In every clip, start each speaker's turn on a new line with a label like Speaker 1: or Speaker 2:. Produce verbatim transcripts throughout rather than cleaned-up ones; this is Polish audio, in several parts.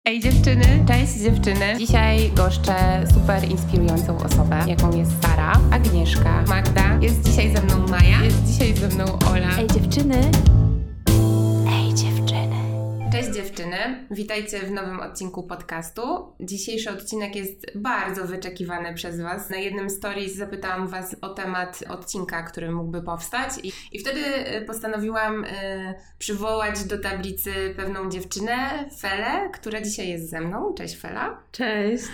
Speaker 1: Ej dziewczyny, cześć dziewczyny. Dzisiaj goszczę super inspirującą osobę, jaką jest Sara, Agnieszka, Magda. Jest dzisiaj ze mną Maja, jest dzisiaj ze mną Ola.
Speaker 2: Ej dziewczyny.
Speaker 1: Ej dziewczyny. Cześć dziewczyny, witajcie w nowym odcinku podcastu. Dzisiejszy odcinek jest bardzo wyczekiwany przez Was. Na jednym stories zapytałam Was o temat odcinka, który mógłby powstać i, i wtedy postanowiłam y, przywołać do tablicy pewną dziewczynę, Felę, która dzisiaj jest ze mną. Cześć Fela.
Speaker 2: Cześć.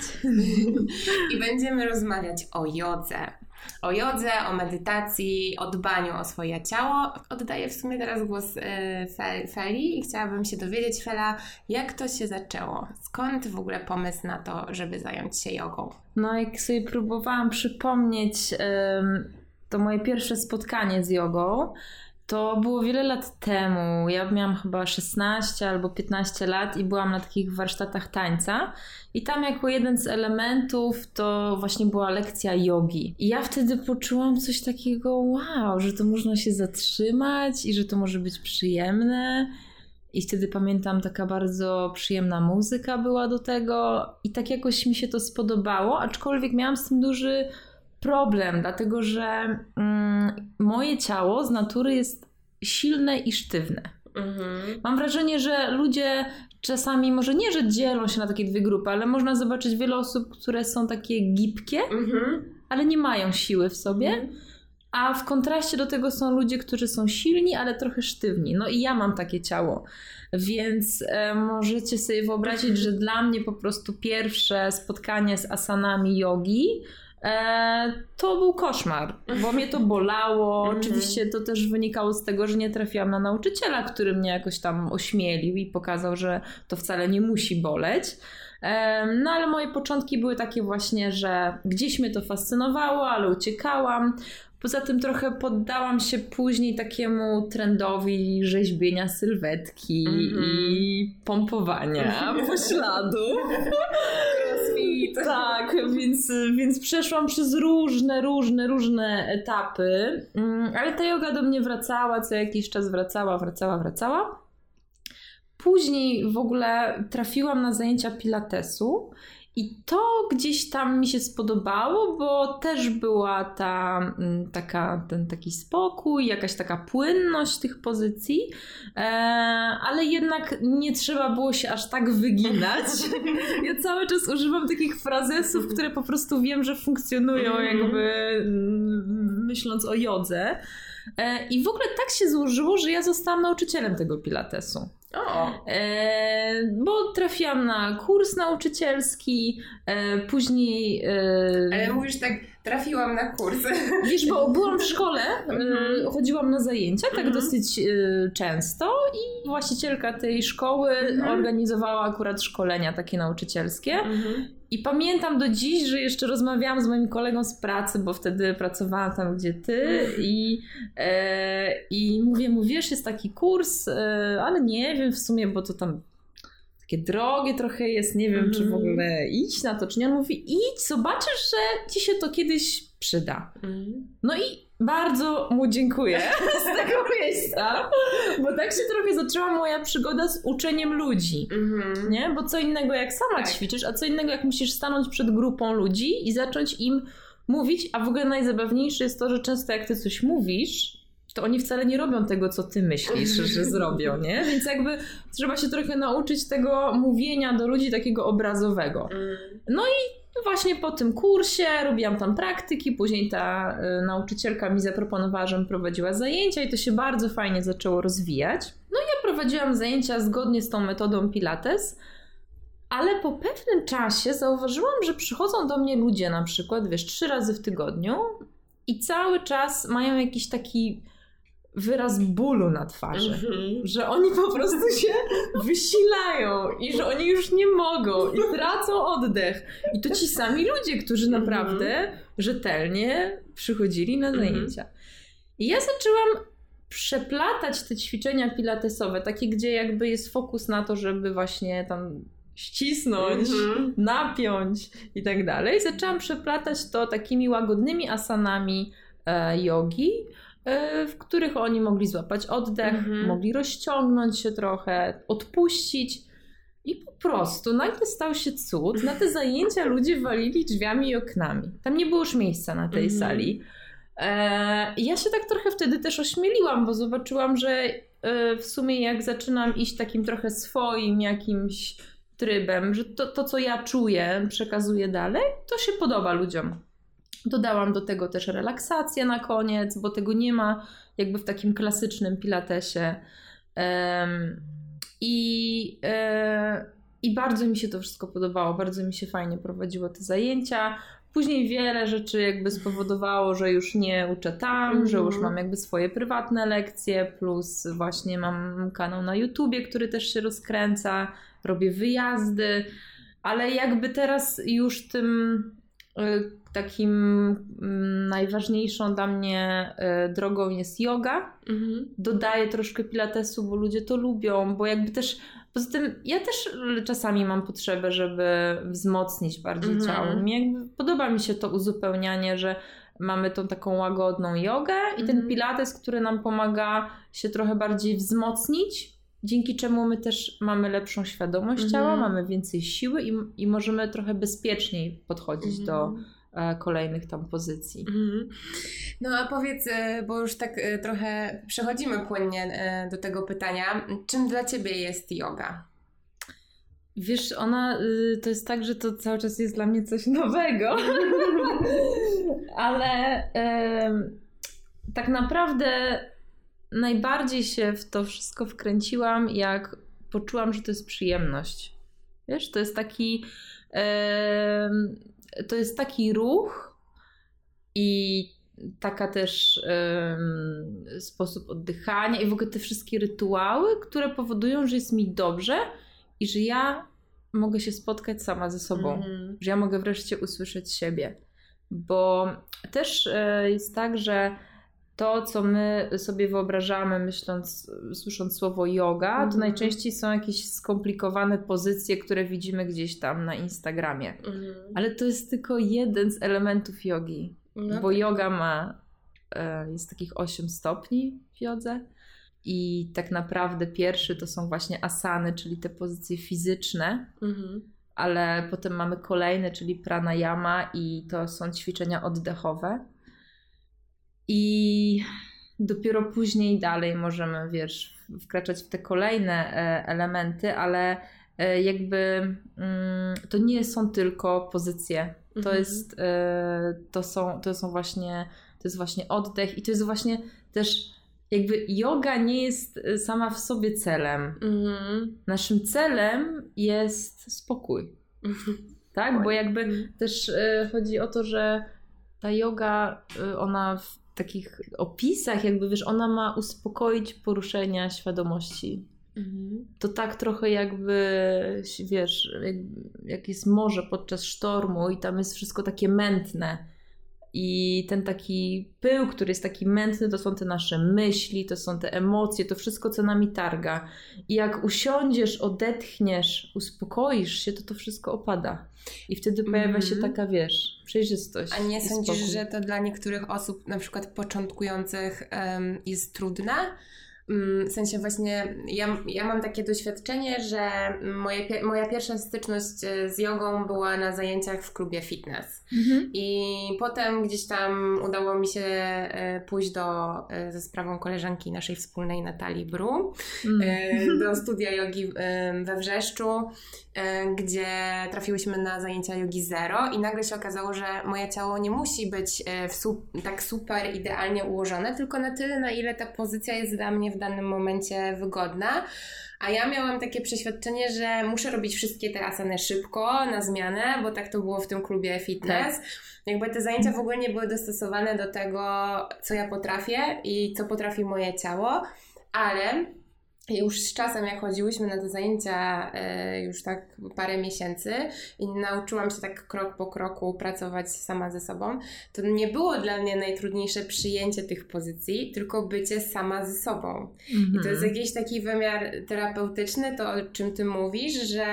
Speaker 1: I będziemy rozmawiać o jodze. O jodze, o medytacji, o dbaniu o swoje ciało. Oddaję w sumie teraz głos y, Fe, Feli i chciałabym się dowiedzieć, Fela, jak to się zaczęło? Skąd w ogóle pomysł na to, żeby zająć się jogą?
Speaker 2: No jak sobie próbowałam przypomnieć ym, to moje pierwsze spotkanie z jogą, to było wiele lat temu. Ja miałam chyba szesnaście albo piętnaście lat i byłam na takich warsztatach tańca. I tam jako jeden z elementów to właśnie była lekcja jogi. I ja wtedy poczułam coś takiego, wow, że to można się zatrzymać i że to może być przyjemne. I wtedy pamiętam, taka bardzo przyjemna muzyka była do tego. I tak jakoś mi się to spodobało, aczkolwiek miałam z tym duży problem, dlatego że mm, moje ciało z natury jest silne i sztywne. Mhm. Mam wrażenie, że ludzie czasami, może nie, że dzielą się na takie dwie grupy, ale można zobaczyć wiele osób, które są takie gibkie, mhm. ale nie mają siły w sobie. Mhm. A w kontraście do tego są ludzie, którzy są silni, ale trochę sztywni. No i ja mam takie ciało. Więc e, możecie sobie wyobrazić, że dla mnie po prostu pierwsze spotkanie z asanami jogi E, to był koszmar, bo mnie to bolało. Mm. Oczywiście to też wynikało z tego, że nie trafiłam na nauczyciela, który mnie jakoś tam ośmielił i pokazał, że to wcale nie musi boleć. E, no ale moje początki były takie właśnie, że gdzieś mnie to fascynowało, ale uciekałam. Poza tym trochę poddałam się później takiemu trendowi rzeźbienia sylwetki mm-hmm. i pompowania pośladu.
Speaker 1: Crossfit.
Speaker 2: Tak, więc, więc przeszłam przez różne, różne, różne etapy, ale ta joga do mnie wracała, co jakiś czas wracała, wracała, wracała. Później w ogóle trafiłam na zajęcia pilatesu. I to gdzieś tam mi się spodobało, bo też była ta taka, ten taki spokój, jakaś taka płynność tych pozycji, e, ale jednak nie trzeba było się aż tak wyginać. Ja cały czas używam takich frazesów, które po prostu wiem, że funkcjonują jakby myśląc o jodze. E, I w ogóle tak się złożyło, że ja zostałam nauczycielem tego pilatesu.
Speaker 1: O.
Speaker 2: E, bo trafiłam na kurs nauczycielski, e, później... E,
Speaker 1: Ale mówisz tak, trafiłam na kurs.
Speaker 2: Wiesz, bo byłam w szkole, e, chodziłam na zajęcia tak mm-hmm. dosyć e, często i właścicielka tej szkoły mm-hmm. organizowała akurat szkolenia takie nauczycielskie. Mm-hmm. I pamiętam do dziś, że jeszcze rozmawiałam z moim kolegą z pracy, bo wtedy pracowałam tam, gdzie ty i, e, i mówię mu, wiesz, jest taki kurs, e, ale nie wiem w sumie, bo to tam takie drogie trochę jest, nie wiem, mm. czy w ogóle iść na to, czy nie. On mówi, idź, zobaczysz, że ci się to kiedyś przyda. Mm. No i bardzo mu dziękuję z tego miejsca, bo tak się trochę zaczęła moja przygoda z uczeniem ludzi, mm-hmm. nie? Bo co innego jak sama tak. ćwiczysz, a co innego jak musisz stanąć przed grupą ludzi i zacząć im mówić, a w ogóle najzabawniejsze jest to, że często jak ty coś mówisz, to oni wcale nie robią tego, co ty myślisz, że zrobią, nie? Więc jakby trzeba się trochę nauczyć tego mówienia do ludzi takiego obrazowego. No i właśnie po tym kursie robiłam tam praktyki, później ta y, nauczycielka mi zaproponowała, żebym prowadziła zajęcia i to się bardzo fajnie zaczęło rozwijać. No i ja prowadziłam zajęcia zgodnie z tą metodą Pilates, ale po pewnym czasie zauważyłam, że przychodzą do mnie ludzie na przykład, wiesz, trzy razy w tygodniu i cały czas mają jakiś taki wyraz bólu na twarzy, mm-hmm. że oni po prostu się wysilają i że oni już nie mogą i tracą oddech. I to ci sami ludzie, którzy naprawdę mm-hmm. rzetelnie przychodzili na zajęcia. Mm-hmm. I ja zaczęłam przeplatać te ćwiczenia pilatesowe, takie, gdzie jakby jest fokus na to, żeby właśnie tam ścisnąć, mm-hmm. napiąć i tak dalej. Zaczęłam przeplatać to takimi łagodnymi asanami e, jogi, w których oni mogli złapać oddech, mm-hmm. mogli rozciągnąć się trochę, odpuścić. I po prostu nagle stał się cud. Na te zajęcia ludzie walili drzwiami i oknami. Tam nie było już miejsca na tej mm. sali. E, ja się tak trochę wtedy też ośmieliłam, bo zobaczyłam, że e, w sumie jak zaczynam iść takim trochę swoim jakimś trybem, że to, to co ja czuję, przekazuję dalej, to się podoba ludziom. Dodałam do tego też relaksację na koniec, bo tego nie ma jakby w takim klasycznym pilatesie. Um, i, e, I bardzo mi się to wszystko podobało, bardzo mi się fajnie prowadziło te zajęcia. Później wiele rzeczy jakby spowodowało, że już nie uczę tam, mm-hmm. że już mam jakby swoje prywatne lekcje, plus właśnie mam kanał na YouTubie, który też się rozkręca, robię wyjazdy, ale jakby teraz już tym y, takim y, najważniejszą dla mnie y, drogą jest yoga. Mm-hmm. Dodaję troszkę pilatesu, bo ludzie to lubią, bo jakby też poza tym ja też czasami mam potrzebę, żeby wzmocnić bardziej mm-hmm. ciało. Mi jakby podoba mi się to uzupełnianie, że mamy tą taką łagodną jogę i mm-hmm. ten pilates, który nam pomaga się trochę bardziej wzmocnić, dzięki czemu my też mamy lepszą świadomość mm-hmm. ciała, mamy więcej siły i, i możemy trochę bezpieczniej podchodzić mm-hmm. do e, kolejnych tam pozycji.
Speaker 1: Mm-hmm. No a powiedz, bo już tak trochę przechodzimy płynnie do tego pytania, czym dla Ciebie jest yoga?
Speaker 2: Wiesz, ona to jest tak, że to cały czas jest dla mnie coś nowego, ale e, tak naprawdę najbardziej się w to wszystko wkręciłam, jak poczułam, że to jest przyjemność. Wiesz, to jest taki e, to jest taki ruch i taka też um, sposób oddychania i w ogóle te wszystkie rytuały, które powodują, że jest mi dobrze i że ja mogę się spotkać sama ze sobą, mm-hmm. że ja mogę wreszcie usłyszeć siebie. Bo też e, jest tak, że to, co my sobie wyobrażamy, myśląc, słysząc słowo yoga, mm-hmm. to najczęściej są jakieś skomplikowane pozycje, które widzimy gdzieś tam na Instagramie. Mm-hmm. Ale to jest tylko jeden z elementów jogi. No bo tak. Yoga ma, jest takich osiem stopni w jodze i tak naprawdę pierwszy to są właśnie asany, czyli te pozycje fizyczne, mhm. ale potem mamy kolejne, czyli pranayama i to są ćwiczenia oddechowe i dopiero później dalej możemy, wiesz, wkraczać w te kolejne elementy, ale jakby to nie są tylko pozycje. To mhm. jest, to są, to są właśnie, to jest właśnie oddech i to jest właśnie też jakby yoga nie jest sama w sobie celem. Mhm. Naszym celem jest spokój. Mhm. Tak? Bo jakby mhm. też chodzi o to, że ta yoga, ona w takich opisach jakby, wiesz, ona ma uspokoić poruszenia świadomości. Mhm. To tak trochę jakby, wiesz, jak, jak jest morze podczas sztormu i tam jest wszystko takie mętne i ten taki pył, który jest taki mętny, to są te nasze myśli, to są te emocje, to wszystko, co nami targa. I jak usiądziesz, odetchniesz, uspokoisz się, to to wszystko opada. I wtedy pojawia się taka, wiesz, przejrzystość.
Speaker 1: A nie sądzisz, spokój. Że to dla niektórych osób, na przykład początkujących, um, jest trudne? W sensie właśnie ja, ja mam takie doświadczenie, że moje, moja pierwsza styczność z jogą była na zajęciach w klubie fitness. Mhm. I potem gdzieś tam udało mi się pójść do, ze sprawą koleżanki naszej wspólnej Natalii Bru, mhm. do studia jogi we Wrzeszczu, gdzie trafiłyśmy na zajęcia jogi zero i nagle się okazało, że moje ciało nie musi być w su- tak super idealnie ułożone, tylko na tyle, na ile ta pozycja jest dla mnie w danym momencie wygodna. A ja miałam takie przeświadczenie, że muszę robić wszystkie te asany szybko, na zmianę, bo tak to było w tym klubie fitness. Tak. Jakby te zajęcia w ogóle nie były dostosowane do tego, co ja potrafię i co potrafi moje ciało, ale już z czasem, jak chodziłyśmy na te zajęcia e, już tak parę miesięcy i nauczyłam się tak krok po kroku pracować sama ze sobą, to nie było dla mnie najtrudniejsze przyjęcie tych pozycji, tylko bycie sama ze sobą. Mm-hmm. I to jest jakiś taki wymiar terapeutyczny, to o czym ty mówisz, że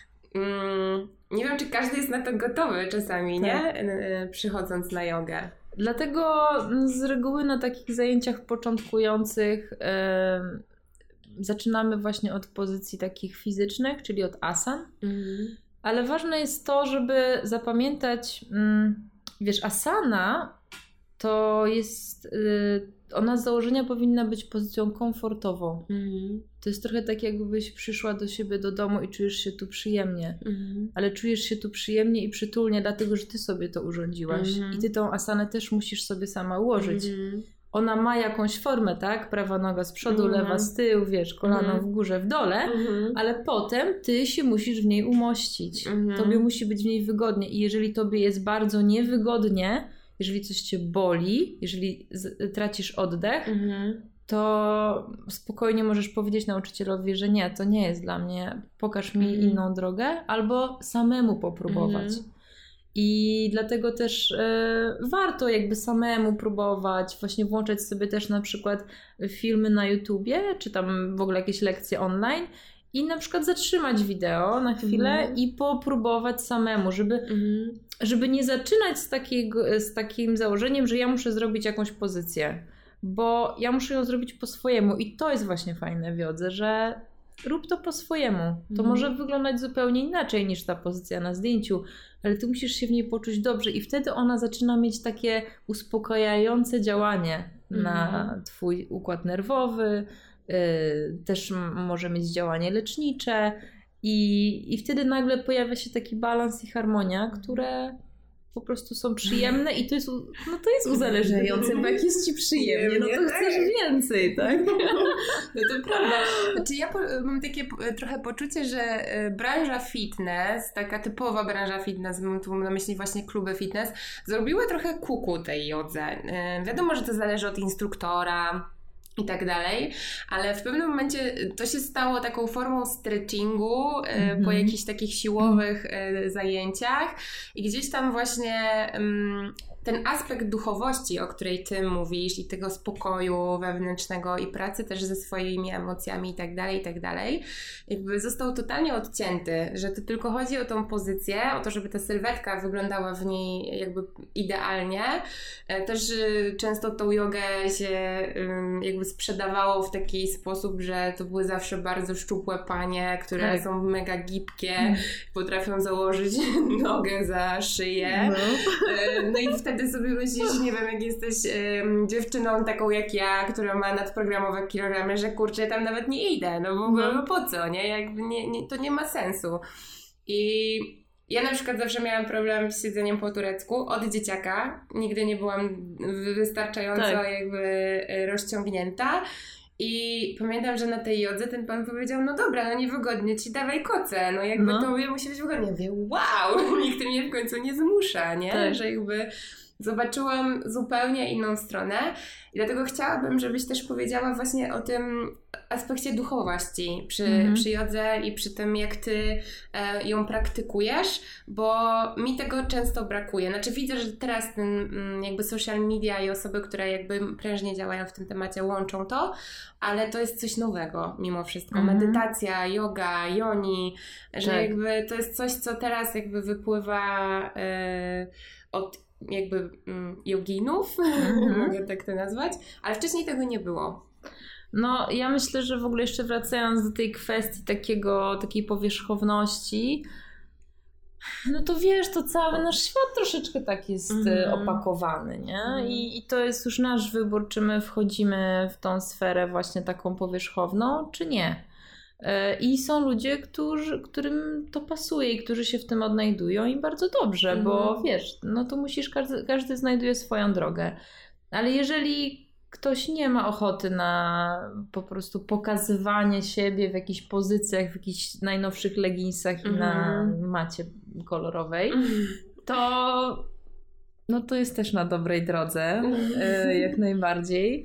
Speaker 1: mm, nie wiem, czy każdy jest na to gotowy czasami, tak. nie? E, przychodząc na jogę.
Speaker 2: Dlatego z reguły na takich zajęciach początkujących e, zaczynamy właśnie od pozycji takich fizycznych, czyli od asan, mhm. ale ważne jest to, żeby zapamiętać, mm, wiesz, asana to jest, y, ona z założenia powinna być pozycją komfortową. Mhm. To jest trochę tak, jakbyś przyszła do siebie do domu i czujesz się tu przyjemnie, mhm. ale czujesz się tu przyjemnie i przytulnie, dlatego że ty sobie to urządziłaś mhm. i ty tą asanę też musisz sobie sama ułożyć. Mhm. Ona ma jakąś formę, tak? Prawa noga z przodu, mhm. lewa z tyłu, wiesz, kolano mhm. w górze, w dole, mhm. ale potem ty się musisz w niej umościć. Mhm. Tobie musi być w niej wygodnie i jeżeli tobie jest bardzo niewygodnie, jeżeli coś cię boli, jeżeli z- tracisz oddech, mhm. to spokojnie możesz powiedzieć nauczycielowi, że nie, to nie jest dla mnie, pokaż mi mhm. inną drogę, albo samemu popróbować. Mhm. I dlatego też e, warto jakby samemu próbować, właśnie włączać sobie też na przykład filmy na YouTubie, czy tam w ogóle jakieś lekcje online i na przykład zatrzymać wideo na chwilę mhm. i popróbować samemu, żeby, mhm. żeby nie zaczynać z, takiego, z takim założeniem, że ja muszę zrobić jakąś pozycję, bo ja muszę ją zrobić po swojemu i to jest właśnie fajne w jodze, że rób to po swojemu. To mhm. może wyglądać zupełnie inaczej niż ta pozycja na zdjęciu, ale ty musisz się w niej poczuć dobrze i wtedy ona zaczyna mieć takie uspokajające działanie mhm. na twój układ nerwowy, yy, też m- może mieć działanie lecznicze i, i wtedy nagle pojawia się taki balans i harmonia, które po prostu są przyjemne i to jest, no to jest uzależniające, bo jak jest ci przyjemnie, no to chcesz więcej, tak?
Speaker 1: No to prawda. Znaczy ja po, mam takie trochę poczucie, że branża fitness, taka typowa branża fitness, mam tu na myśli właśnie kluby fitness, zrobiły trochę kuku tej jodze. Wiadomo, że to zależy od instruktora i tak dalej, ale w pewnym momencie to się stało taką formą stretchingu mm-hmm. po jakichś takich siłowych mm. zajęciach i gdzieś tam właśnie um, ten aspekt duchowości, o której ty mówisz i tego spokoju wewnętrznego i pracy też ze swoimi emocjami i tak dalej, i tak dalej, jakby został totalnie odcięty, że to tylko chodzi o tą pozycję, o to, żeby ta sylwetka wyglądała w niej jakby idealnie. Też często tą jogę się jakby sprzedawało w taki sposób, że to były zawsze bardzo szczupłe panie, które tak. są mega gibkie, mm. potrafią założyć nogę za szyję. No, no i wtedy sobie myślisz, nie wiem, jak jesteś um, dziewczyną taką jak ja, która ma nadprogramowe kilogramy, że kurczę, tam nawet nie idę, no bo no. po co, nie? Jakby nie, nie, to nie ma sensu. I ja na przykład zawsze miałam problem z siedzeniem po turecku od dzieciaka. Nigdy nie byłam wystarczająco tak. jakby rozciągnięta. I pamiętam, że na tej jodze ten pan powiedział, no dobra, no niewygodnie ci, dawaj koce, no jakby no. tobie musi być wygodnie. Ja mówię, wow, nikt mnie w końcu nie zmusza, nie? Tak. Że jakby zobaczyłam zupełnie inną stronę i dlatego chciałabym, żebyś też powiedziała właśnie o tym aspekcie duchowości przy, mm-hmm. przy jodze i przy tym, jak ty e, ją praktykujesz, bo mi tego często brakuje. Znaczy widzę, że teraz ten jakby social media i osoby, które jakby prężnie działają w tym temacie, łączą to, ale to jest coś nowego mimo wszystko. Mm-hmm. Medytacja, yoga, yoni, że tak. jakby to jest coś, co teraz jakby wypływa e, od jakby mm, joginów, mm-hmm. mogę tak to nazwać, ale wcześniej tego nie było.
Speaker 2: No, ja myślę, że w ogóle jeszcze wracając do tej kwestii takiego, takiej powierzchowności, no to wiesz, to cały nasz świat troszeczkę tak jest mm-hmm. opakowany, nie? Mm. I, I to jest już nasz wybór, czy my wchodzimy w tą sferę właśnie taką powierzchowną, czy nie. I są ludzie, którzy, którym to pasuje i którzy się w tym odnajdują i bardzo dobrze, mm. bo wiesz, no to musisz, każdy, każdy znajduje swoją drogę. Ale jeżeli ktoś nie ma ochoty na po prostu pokazywanie siebie w jakichś pozycjach, w jakichś najnowszych leginsach mm. i na macie kolorowej, mm. to no to jest też na dobrej drodze, mm. jak najbardziej.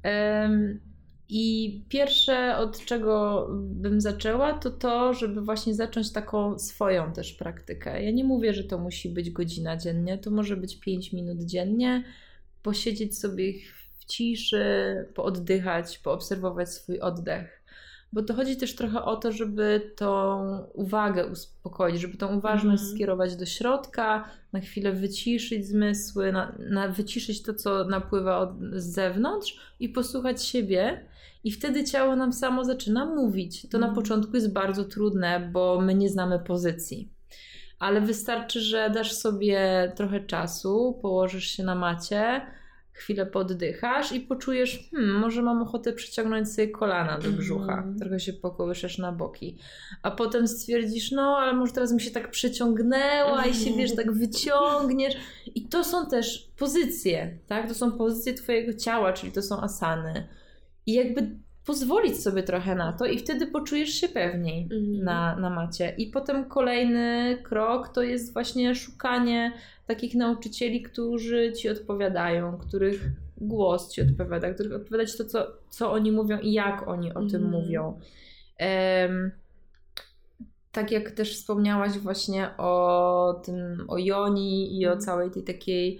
Speaker 2: I pierwsze, od czego bym zaczęła, to to, żeby właśnie zacząć taką swoją też praktykę. Ja nie mówię, że to musi być godzina dziennie, to może być pięć minut dziennie, posiedzieć sobie w ciszy, pooddychać, poobserwować swój oddech. bo to chodzi też trochę o to, żeby tą uwagę uspokoić, żeby tą uważność mm. skierować do środka, na chwilę wyciszyć zmysły, na, na wyciszyć to, co napływa od, z zewnątrz i posłuchać siebie. I wtedy ciało nam samo zaczyna mówić. To mm. na początku jest bardzo trudne, bo my nie znamy pozycji. Ale wystarczy, że dasz sobie trochę czasu, położysz się na macie, chwilę poddychasz i poczujesz, hmm, może mam ochotę przyciągnąć sobie kolana do brzucha, mm. trochę się pokołyszesz na boki. A potem stwierdzisz, no ale może teraz mi się tak przeciągnęła mm. i się, wiesz, tak wyciągniesz. I to są też pozycje, tak? To są pozycje twojego ciała, czyli to są asany. I jakby pozwolić sobie trochę na to i wtedy poczujesz się pewniej mm. na, na macie. I potem kolejny krok to jest właśnie szukanie takich nauczycieli, którzy ci odpowiadają, których głos ci odpowiada, których odpowiada ci to, co, co oni mówią i jak oni o mm. tym mówią. Um, tak jak też wspomniałaś właśnie o tym, o joni i o całej tej takiej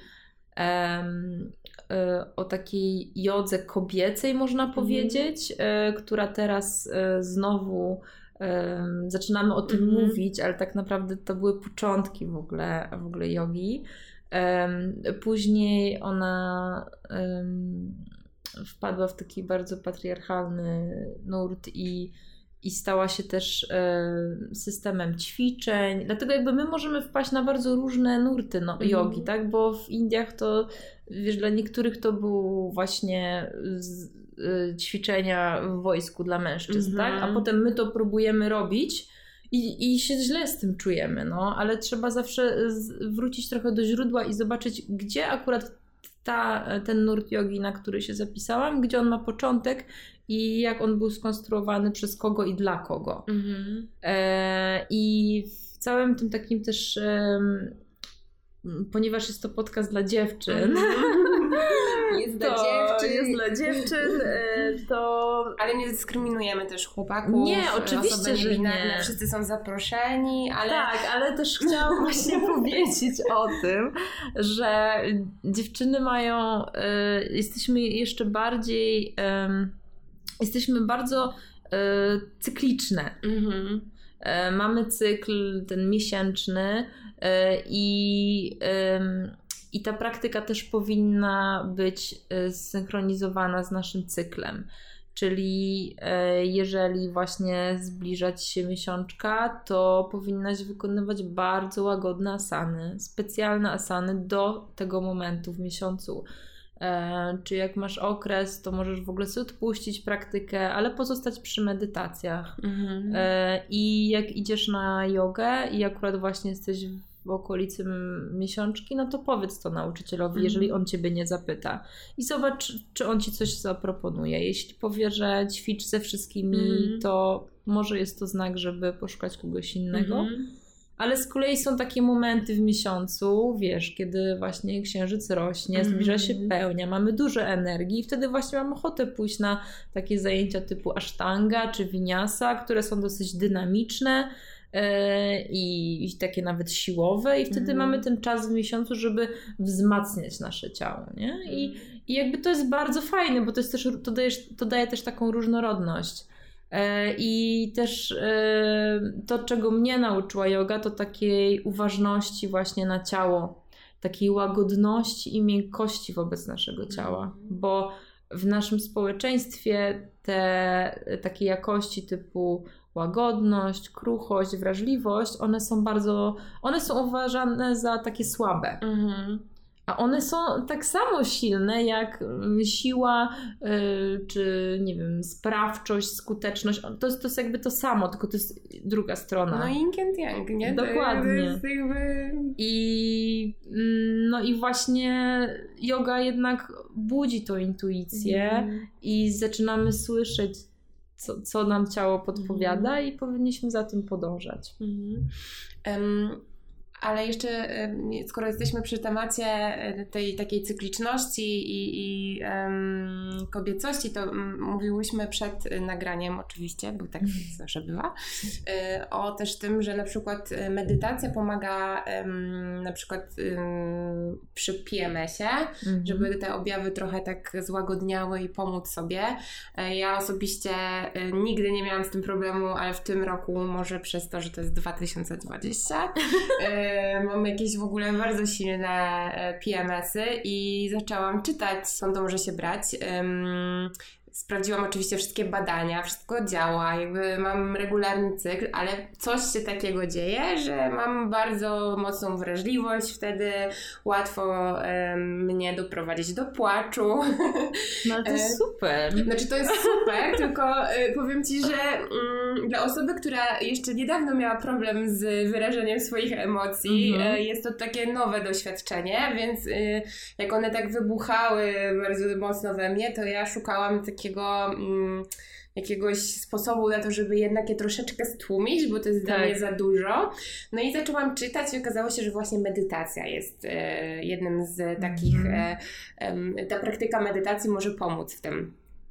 Speaker 2: um, o takiej jodze kobiecej, można powiedzieć, mm. która teraz znowu um, zaczynamy o tym mm. mówić, ale tak naprawdę to były początki w ogóle, w ogóle jogi. Um, później ona um, wpadła w taki bardzo patriarchalny nurt i i stała się też e, systemem ćwiczeń. Dlatego jakby my możemy wpaść na bardzo różne nurty no, mm. jogi, tak? Bo w Indiach to, wiesz, dla niektórych to był właśnie z, y, ćwiczenia w wojsku dla mężczyzn, mm-hmm. tak? A potem my to próbujemy robić i, i się źle z tym czujemy, no. Ale trzeba zawsze z, wrócić trochę do źródła i zobaczyć, gdzie akurat ta, ten nurt jogi, na który się zapisałam, gdzie on ma początek i jak on był skonstruowany, przez kogo i dla kogo. Mm-hmm. E, I w całym tym takim też, e, ponieważ jest to podcast dla dziewczyn,
Speaker 1: mm-hmm. jest dla dziewczyn,
Speaker 2: jest dla dziewczyn, e, to...
Speaker 1: Ale nie dyskryminujemy też chłopaków.
Speaker 2: Nie, oczywiście, że nie.
Speaker 1: Wszyscy są zaproszeni, ale...
Speaker 2: Tak, ale też chciałam właśnie powiedzieć o tym, że dziewczyny mają, e, jesteśmy jeszcze bardziej... E, Jesteśmy bardzo e, cykliczne. Mm-hmm. E, mamy cykl ten miesięczny e, i, e, i ta praktyka też powinna być e, zsynchronizowana z naszym cyklem. Czyli e, jeżeli właśnie zbliża ci się miesiączka, to powinnaś wykonywać bardzo łagodne asany, specjalne asany do tego momentu w miesiącu. E, czy jak masz okres, to możesz w ogóle sobie odpuścić praktykę, ale pozostać przy medytacjach. Mm-hmm. E, I jak idziesz na jogę i akurat właśnie jesteś w okolicy miesiączki, no to powiedz to nauczycielowi, mm-hmm. jeżeli on ciebie nie zapyta. I zobacz, czy on ci coś zaproponuje. Jeśli powie, że ćwicz ze wszystkimi, mm-hmm. to może jest to znak, żeby poszukać kogoś innego. Mm-hmm. Ale z kolei są takie momenty w miesiącu, wiesz, kiedy właśnie księżyc rośnie, mm. zbliża się pełnia, mamy dużo energii i wtedy właśnie mam ochotę pójść na takie zajęcia typu asztanga czy winiasa, które są dosyć dynamiczne yy, i, i takie nawet siłowe i wtedy mm. mamy ten czas w miesiącu, żeby wzmacniać nasze ciało, nie? I, i jakby to jest bardzo fajne, bo to jest też, to, dajesz, to daje też taką różnorodność. I też to, czego mnie nauczyła joga, to takiej uważności właśnie na ciało, takiej łagodności i miękkości wobec naszego ciała, bo w naszym społeczeństwie te takie jakości typu łagodność, kruchość, wrażliwość, one są bardzo, one są uważane za takie słabe. Mhm. A one są tak samo silne jak siła, yy, czy nie wiem, sprawczość, skuteczność. To jest, to jest jakby to samo, tylko to jest druga strona.
Speaker 1: No yin and yang, nie?
Speaker 2: Dokładnie.
Speaker 1: To jest jakby...
Speaker 2: I, no i właśnie joga jednak budzi tą intuicję mm. i zaczynamy słyszeć, co, co nam ciało podpowiada mm. i powinniśmy za tym podążać.
Speaker 1: Mm. Um. Ale jeszcze, skoro jesteśmy przy temacie tej takiej cykliczności i, i um, kobiecości, to um, mówiłyśmy przed nagraniem oczywiście, bo tak zawsze bywa, y, o też tym, że na przykład medytacja pomaga um, na przykład um, przy P M S ie, mm-hmm. żeby te objawy trochę tak złagodniały i pomóc sobie. Ja osobiście y, nigdy nie miałam z tym problemu, ale w tym roku może przez to, że to jest dwa tysiące dwudziesty, y, mam jakieś w ogóle bardzo silne P M S y i zaczęłam czytać, skąd to może się brać. Um, Sprawdziłam oczywiście wszystkie badania, wszystko działa, jakby mam regularny cykl, ale coś się takiego dzieje, że mam bardzo mocną wrażliwość, wtedy łatwo um, mnie doprowadzić do płaczu.
Speaker 2: No ale to jest super.
Speaker 1: Znaczy to jest super, tylko y, powiem Ci, że y, dla osoby, która jeszcze niedawno miała problem z wyrażeniem swoich emocji, mm-hmm. y, jest to takie nowe doświadczenie, więc y, jak one tak wybuchały bardzo mocno we mnie, to ja szukałam takiego Mm, jakiegoś sposobu na to, żeby jednak je troszeczkę stłumić, bo to jest tak. dla mnie za dużo. No i zaczęłam czytać i okazało się, że właśnie medytacja jest e, jednym z takich, mm. e, e, ta praktyka medytacji może pomóc w tym.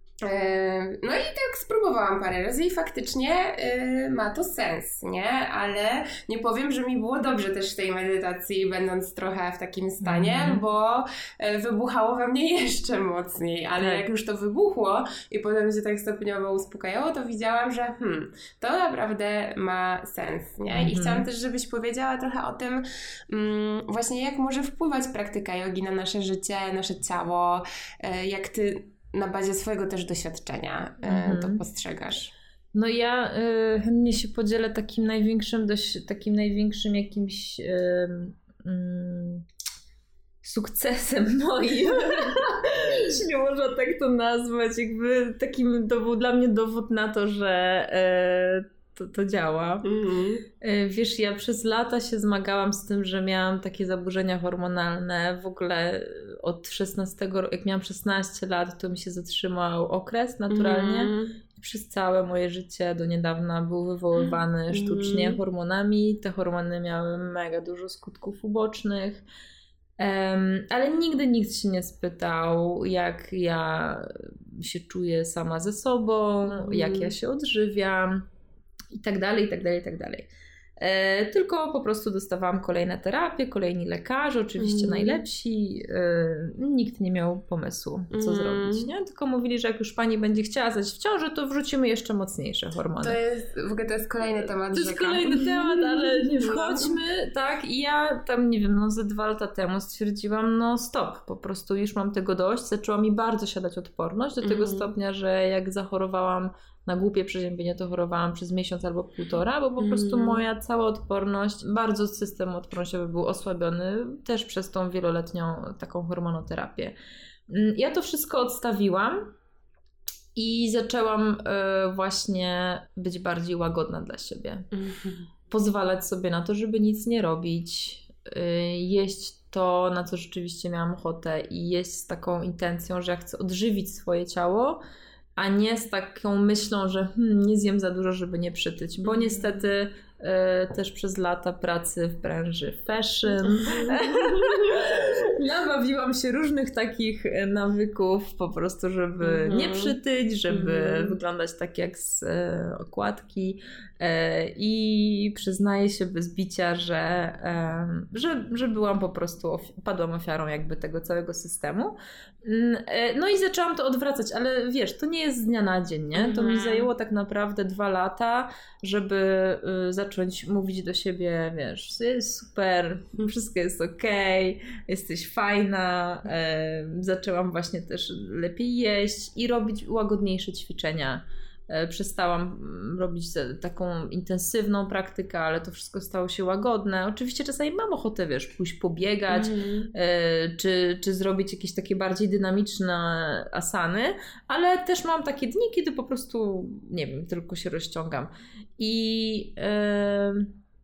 Speaker 1: No i tak spróbowałam parę razy i faktycznie yy, ma to sens, nie? Ale nie powiem, że mi było dobrze też w tej medytacji, będąc trochę w takim stanie, mm. bo yy, wybuchało we mnie jeszcze mocniej, ale tak. jak już to wybuchło i potem się tak stopniowo uspokajało, to widziałam, że hmm, to naprawdę ma sens, nie? Mm-hmm. I chciałam też, żebyś powiedziała trochę o tym mm, właśnie jak może wpływać praktyka jogi na nasze życie, nasze ciało, yy, jak ty na bazie swojego też doświadczenia mm-hmm. to postrzegasz.
Speaker 2: No ja y, chętnie się podzielę takim największym, dość, takim największym jakimś y, y, sukcesem moim, jeśli można tak to nazwać. Jakby takim, to był dla mnie dowód na to, że y, To, to działa. Mm-hmm. Wiesz, ja przez lata się zmagałam z tym, że miałam takie zaburzenia hormonalne. W ogóle od szesnastego roku, jak miałam szesnaście lat, to mi się zatrzymał okres naturalnie. Mm-hmm. Przez całe moje życie do niedawna był wywoływany mm-hmm. sztucznie hormonami. Te hormony miały mega dużo skutków ubocznych. Um, ale nigdy nikt się nie spytał, jak ja się czuję sama ze sobą, mm-hmm. jak ja się odżywiam. I tak dalej, i tak dalej, i tak dalej. E, tylko po prostu dostawałam kolejne terapie, kolejni lekarze, oczywiście mm. najlepsi. E, nikt nie miał pomysłu, co mm. zrobić, nie? Tylko mówili, że jak już pani będzie chciała zajść w ciążę, to wrzucimy jeszcze mocniejsze hormony.
Speaker 1: To jest, w ogóle to jest kolejny temat.
Speaker 2: To jest rzeka. kolejny temat, ale nie wchodźmy, tak? I ja tam, nie wiem, no ze dwa lata temu stwierdziłam, no stop, po prostu już mam tego dość. Zaczęła mi bardzo siadać odporność do tego mm. stopnia, że jak zachorowałam na głupie przeziębienie, to chorowałam przez miesiąc albo półtora, bo po mm. prostu moja cała odporność, bardzo system odpornościowy był osłabiony, też przez tą wieloletnią taką hormonoterapię. Ja to wszystko odstawiłam i zaczęłam y, właśnie być bardziej łagodna dla siebie. Mm-hmm. Pozwalać sobie na to, żeby nic nie robić, y, jeść to, na co rzeczywiście miałam ochotę i jeść z taką intencją, że ja chcę odżywić swoje ciało, a nie z taką myślą, że hmm, nie zjem za dużo, żeby nie przytyć, bo niestety e, też przez lata pracy w branży fashion nabawiłam się różnych takich nawyków po prostu, żeby mm-hmm. nie przytyć, żeby mm-hmm. wyglądać tak jak z e, okładki e, i przyznaję się bez bicia, że, e, że, że byłam po prostu, ofi- padłam ofiarą jakby tego całego systemu. No i zaczęłam to odwracać, ale wiesz, to nie jest z dnia na dzień, nie? To mi zajęło tak naprawdę dwa lata, żeby y, zacząć mówić do siebie, wiesz, jest super, wszystko jest okej, okay, jesteś fajna. Y, zaczęłam właśnie też lepiej jeść i robić łagodniejsze ćwiczenia. Przestałam robić taką intensywną praktykę, ale to wszystko stało się łagodne. Oczywiście czasami mam ochotę, wiesz, pójść pobiegać, mm. czy, czy zrobić jakieś takie bardziej dynamiczne asany, ale też mam takie dni, kiedy po prostu, nie wiem, tylko się rozciągam. I,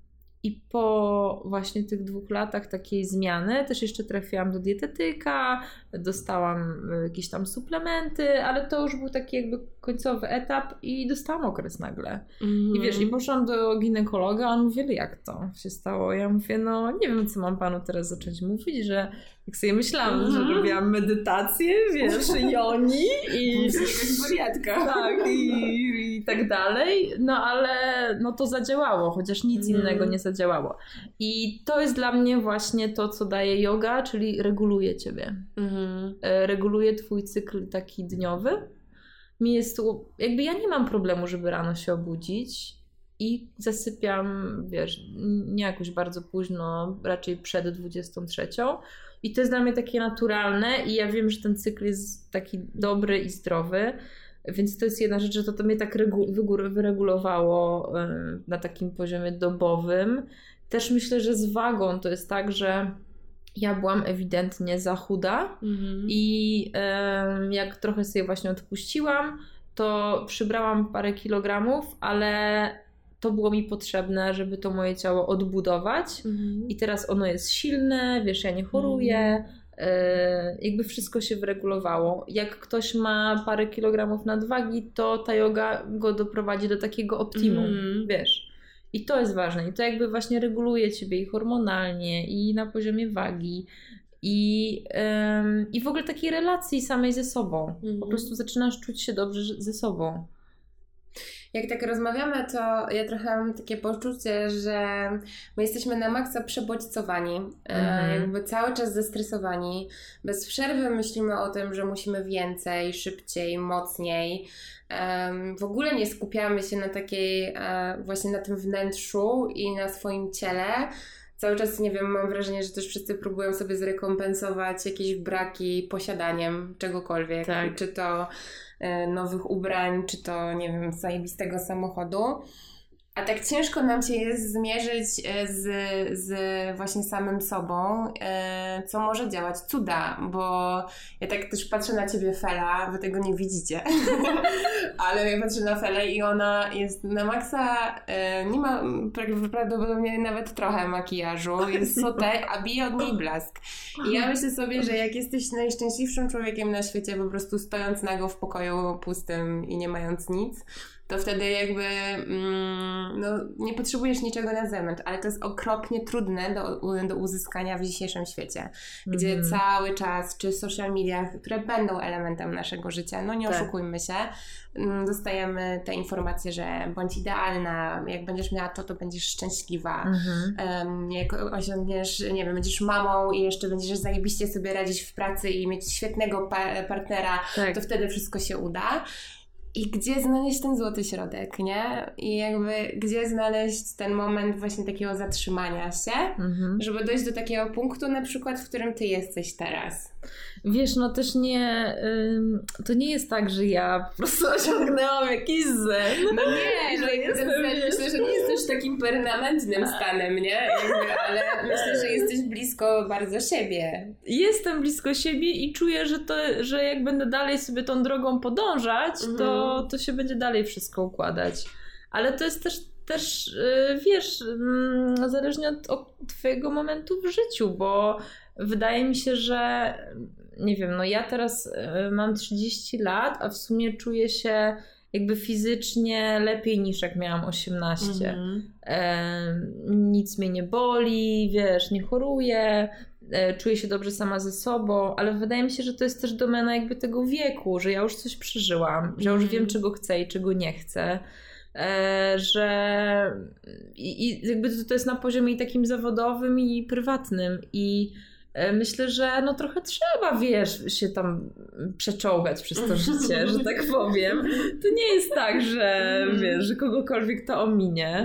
Speaker 2: I po właśnie tych dwóch latach takiej zmiany też jeszcze trafiłam do dietetyka, dostałam jakieś tam suplementy, ale to już był taki jakby końcowy etap i dostałam okres nagle. Mm. I wiesz, i poszłam do ginekologa, a on mówi, jak to się stało? Ja mówię, no nie wiem, co mam panu teraz zacząć mówić, że jak sobie myślałam, mm. że robiłam medytację, wiesz, joni i
Speaker 1: jakaś wariatka.
Speaker 2: Tak, i, i tak dalej, no ale no to zadziałało, chociaż nic mm. innego nie zadziałało. I to jest dla mnie właśnie to, co daje yoga, czyli reguluje ciebie. Mm. Reguluje twój cykl taki dniowy. Mi jest tu, jakby ja nie mam problemu, żeby rano się obudzić i zasypiam, wiesz, nie jakoś bardzo późno, raczej przed dwudziestą trzecią. I to jest dla mnie takie naturalne i ja wiem, że ten cykl jest taki dobry i zdrowy, więc to jest jedna rzecz, że to, to mnie tak regu- wyregulowało yy, na takim poziomie dobowym. Też myślę, że z wagą to jest tak, że ja byłam ewidentnie za chuda mm-hmm. i yy, jak trochę sobie właśnie odpuściłam, to przybrałam parę kilogramów, ale to było mi potrzebne, żeby to moje ciało odbudować mm-hmm. i teraz ono jest silne, wiesz, ja nie choruję, mm-hmm. yy, jakby wszystko się wyregulowało. Jak ktoś ma parę kilogramów nadwagi, to ta yoga go doprowadzi do takiego optimum, mm-hmm. wiesz. I to jest ważne. I to jakby właśnie reguluje ciebie i hormonalnie, i na poziomie wagi, i, yy, i w ogóle takiej relacji samej ze sobą. Mm-hmm. Po prostu zaczynasz czuć się dobrze ze sobą.
Speaker 1: Jak tak rozmawiamy, to ja trochę mam takie poczucie, że my jesteśmy na maksa przebodźcowani, mm. jakby cały czas zestresowani. Bez przerwy myślimy o tym, że musimy więcej, szybciej, mocniej. W ogóle nie skupiamy się na takiej, właśnie na tym wnętrzu i na swoim ciele. Cały czas, nie wiem, mam wrażenie, że też wszyscy próbują sobie zrekompensować jakieś braki posiadaniem czegokolwiek.
Speaker 2: Tak.
Speaker 1: Czy to e, nowych ubrań, czy to, nie wiem, zajebistego samochodu. A tak ciężko nam się jest zmierzyć z, z właśnie samym sobą, e, co może działać cuda, bo ja tak też patrzę na ciebie, Fela, wy tego nie widzicie, ale ja patrzę na Felę i ona jest na maksa, e, nie ma prawdopodobnie nawet trochę makijażu, jest sotę, a bije od niej blask. I ja myślę sobie, że jak jesteś najszczęśliwszym człowiekiem na świecie, po prostu stojąc nago w pokoju pustym i nie mając nic, to wtedy jakby mm, no, nie potrzebujesz niczego na zewnątrz, ale to jest okropnie trudne do, do uzyskania w dzisiejszym świecie, gdzie mm. cały czas, czy w social mediach, które będą elementem naszego życia, no nie tak. oszukujmy się, dostajemy te informacje, że bądź idealna, jak będziesz miała to, to będziesz szczęśliwa, mm-hmm. um, jak osiągniesz, nie wiem, będziesz mamą i jeszcze będziesz zajebiście sobie radzić w pracy i mieć świetnego pa- partnera, tak. to wtedy wszystko się uda. I gdzie znaleźć ten złoty środek, nie? I jakby gdzie znaleźć ten moment właśnie takiego zatrzymania się, mhm. żeby dojść do takiego punktu na przykład, w którym ty jesteś teraz.
Speaker 2: Wiesz, no też nie, ym, to nie jest tak, że ja po prostu osiągnęłam jakiś zen.
Speaker 1: No nie, no jestem, myślę, że nie jesteś takim permanentnym stanem, nie? Jakby, ale myślę, że jesteś blisko bardzo siebie.
Speaker 2: Jestem blisko siebie i czuję, że to, że jak będę dalej sobie tą drogą podążać, mhm. to, to się będzie dalej wszystko układać. Ale to jest też też, wiesz, zależnie od, od twojego momentu w życiu, bo wydaje mi się, że nie wiem, no ja teraz mam trzydzieści lat, a w sumie czuję się jakby fizycznie lepiej niż jak miałam osiemnaście. Mhm. E, nic mnie nie boli, wiesz, nie choruję, e, czuję się dobrze sama ze sobą, ale wydaje mi się, że to jest też domena jakby tego wieku, że ja już coś przeżyłam, mhm. że ja już wiem, czego chcę i czego nie chcę. E, że i, i jakby to, to jest na poziomie takim zawodowym i prywatnym i e, myślę, że no trochę trzeba, wiesz, się tam przeczołgać przez to życie, że tak powiem. To nie jest tak, że wiesz, że kogokolwiek to ominie,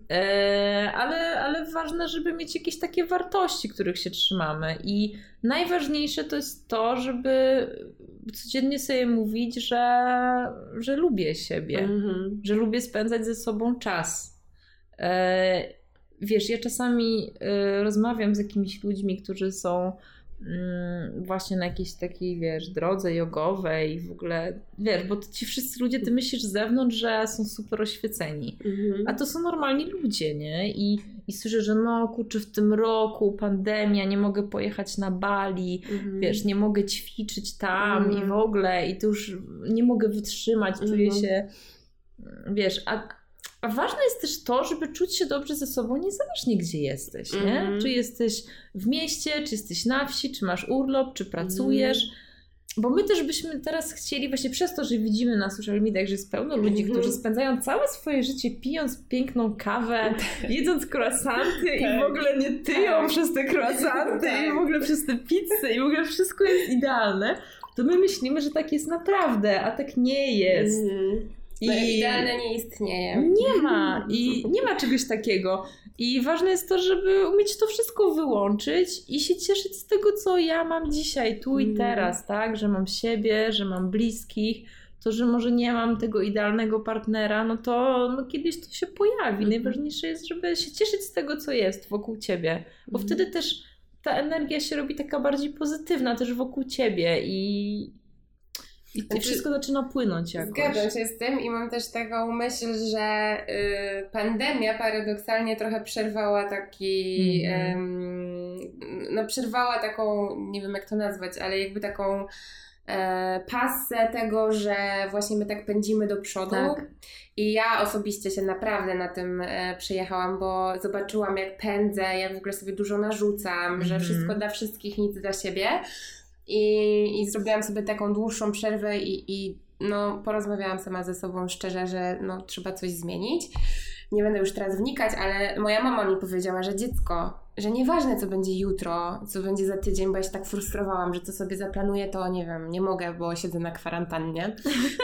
Speaker 2: e, ale, ale ważne, żeby mieć jakieś takie wartości, których się trzymamy i najważniejsze to jest to, żeby codziennie sobie mówić, że, że lubię siebie, mm-hmm. że lubię spędzać ze sobą czas. E, wiesz, ja czasami e, rozmawiam z jakimiś ludźmi, którzy są właśnie na jakiejś takiej, wiesz, drodze jogowej i w ogóle, wiesz, bo ci wszyscy ludzie, ty myślisz z zewnątrz, że są super oświeceni, mhm. a to są normalni ludzie, nie? I, i słyszę, że no kurczę, w tym roku pandemia, nie mogę pojechać na Bali, mhm. wiesz, nie mogę ćwiczyć tam mhm. i w ogóle i to już nie mogę wytrzymać, czuję mhm. się, wiesz, a A ważne jest też to, żeby czuć się dobrze ze sobą, niezależnie gdzie jesteś, nie? Mm. Czy jesteś w mieście, czy jesteś na wsi, czy masz urlop, czy pracujesz. Mm. Bo my też byśmy teraz chcieli, właśnie przez to, że widzimy na social mediach, że jest pełno ludzi, mm. którzy spędzają całe swoje życie pijąc piękną kawę, jedząc croissanty tak. i w ogóle nie tyją tak. przez te croissanty tak. i w ogóle przez te pizze i w ogóle wszystko jest idealne. To my myślimy, że tak jest naprawdę, a tak nie jest. Mm.
Speaker 1: I idealne nie istnieje.
Speaker 2: Nie ma. I nie ma czegoś takiego. I ważne jest to, żeby umieć to wszystko wyłączyć i się cieszyć z tego, co ja mam dzisiaj, tu i teraz, tak? Że mam siebie, że mam bliskich. To, że może nie mam tego idealnego partnera, no to no kiedyś to się pojawi. Mm. Najważniejsze jest, żeby się cieszyć z tego, co jest wokół ciebie. Bo mm. wtedy też ta energia się robi taka bardziej pozytywna też wokół ciebie i I znaczy, wszystko zaczyna płynąć jakoś.
Speaker 1: Zgadzam się z tym i mam też taką myśl, że y, pandemia paradoksalnie trochę przerwała taki, mm-hmm. y, no przerwała taką, nie wiem jak to nazwać, ale jakby taką e, pasę tego, że właśnie my tak pędzimy do przodu. Tak. I ja osobiście się naprawdę na tym e, przejechałam, bo zobaczyłam jak pędzę, jak w ogóle sobie dużo narzucam, mm-hmm. że wszystko dla wszystkich, nic dla siebie. I, i zrobiłam sobie taką dłuższą przerwę i, i no, porozmawiałam sama ze sobą szczerze, że no, trzeba coś zmienić. Nie będę już teraz wnikać, ale moja mama mi powiedziała, że dziecko, że nieważne co będzie jutro, co będzie za tydzień, bo ja się tak frustrowałam, że co sobie zaplanuję, to nie wiem, nie mogę, bo siedzę na kwarantannie.